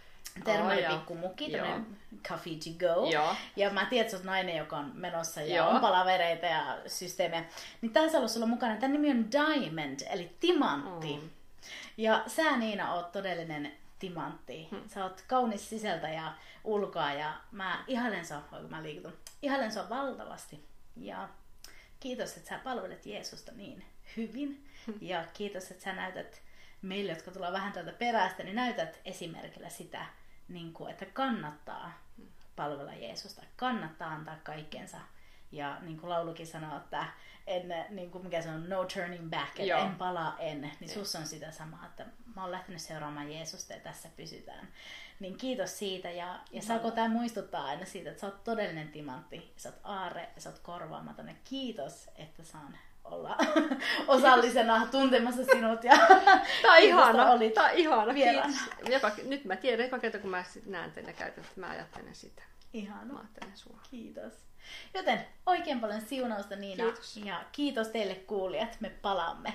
termopikkumukki, tämmönen coffee to go. Joo. Ja mä tiedän, että sä oot nainen, joka on menossa ja Joo. on palavereita ja systeemejä. Niin tässä on ollut sulla mukana. Tän nimi on Diamond, eli timantti. Mm. Ja sä Niina oot todellinen timantti. Hmm. Sä oot kaunis sisältä ja ulkoa ja mä ihailen sua, kun mä liikutun. Ihailen sua valtavasti. Ja kiitos, että sä palvelet Jeesusta niin hyvin. Hmm. Ja kiitos, että sä näytät meille, jotka tulee vähän täältä perästä, niin näytät esimerkillä sitä, niin kuin, että kannattaa palvella Jeesusta, kannattaa antaa kaikkensa. Ja niin kuin laulukin sanoo, että en, niin kuin mikä se on, no turning back, että en palaa en, niin sus on sitä samaa, että mä oon lähtenyt seuraamaan Jeesusta ja tässä pysytään. Niin kiitos siitä ja, ja saako tää muistuttaa aina siitä, että sä oot todellinen timantti, sä oot aarre ja sä oot korvaamaton ja kiitos, että saan olla osallisena tuntemassa sinut ja tää on ihana, tää on ihana, joka, nyt mä tiedän, joka kerta kun mä näen teille käytän, että mä ajattelen sitä. Ihana. Mä ajattelen sua. Kiitos. Joten oikein paljon siunausta Niina kiitos. Ja kiitos teille kuulijat, me palaamme.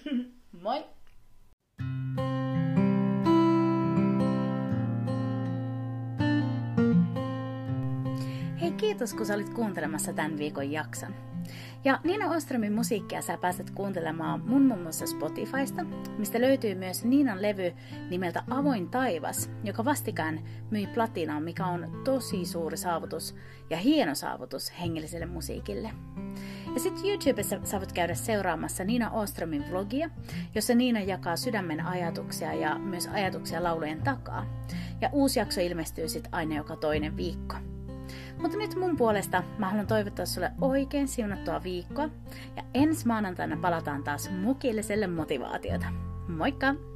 Moi! Hei, kiitos kun sä olit kuuntelemassa tämän viikon jakson. Ja Niina Åströmin musiikkia sä pääset kuuntelemaan mun muun muassa Spotifysta, mistä löytyy myös Niinan levy nimeltä Avoin taivas, joka vastikään myi platinaan, mikä on tosi suuri saavutus ja hieno saavutus hengelliselle musiikille. Ja sitten YouTubessa sä voit käydä seuraamassa Niina Åströmin vlogia, jossa Niina jakaa sydämen ajatuksia ja myös ajatuksia laulujen takaa. Ja uusi jakso ilmestyy sitten aina joka toinen viikko. Mutta nyt mun puolesta mä haluan toivottaa sulle oikein siunattua viikkoa ja ensi maanantaina palataan taas mukilliselle motivaatiota. Moikka!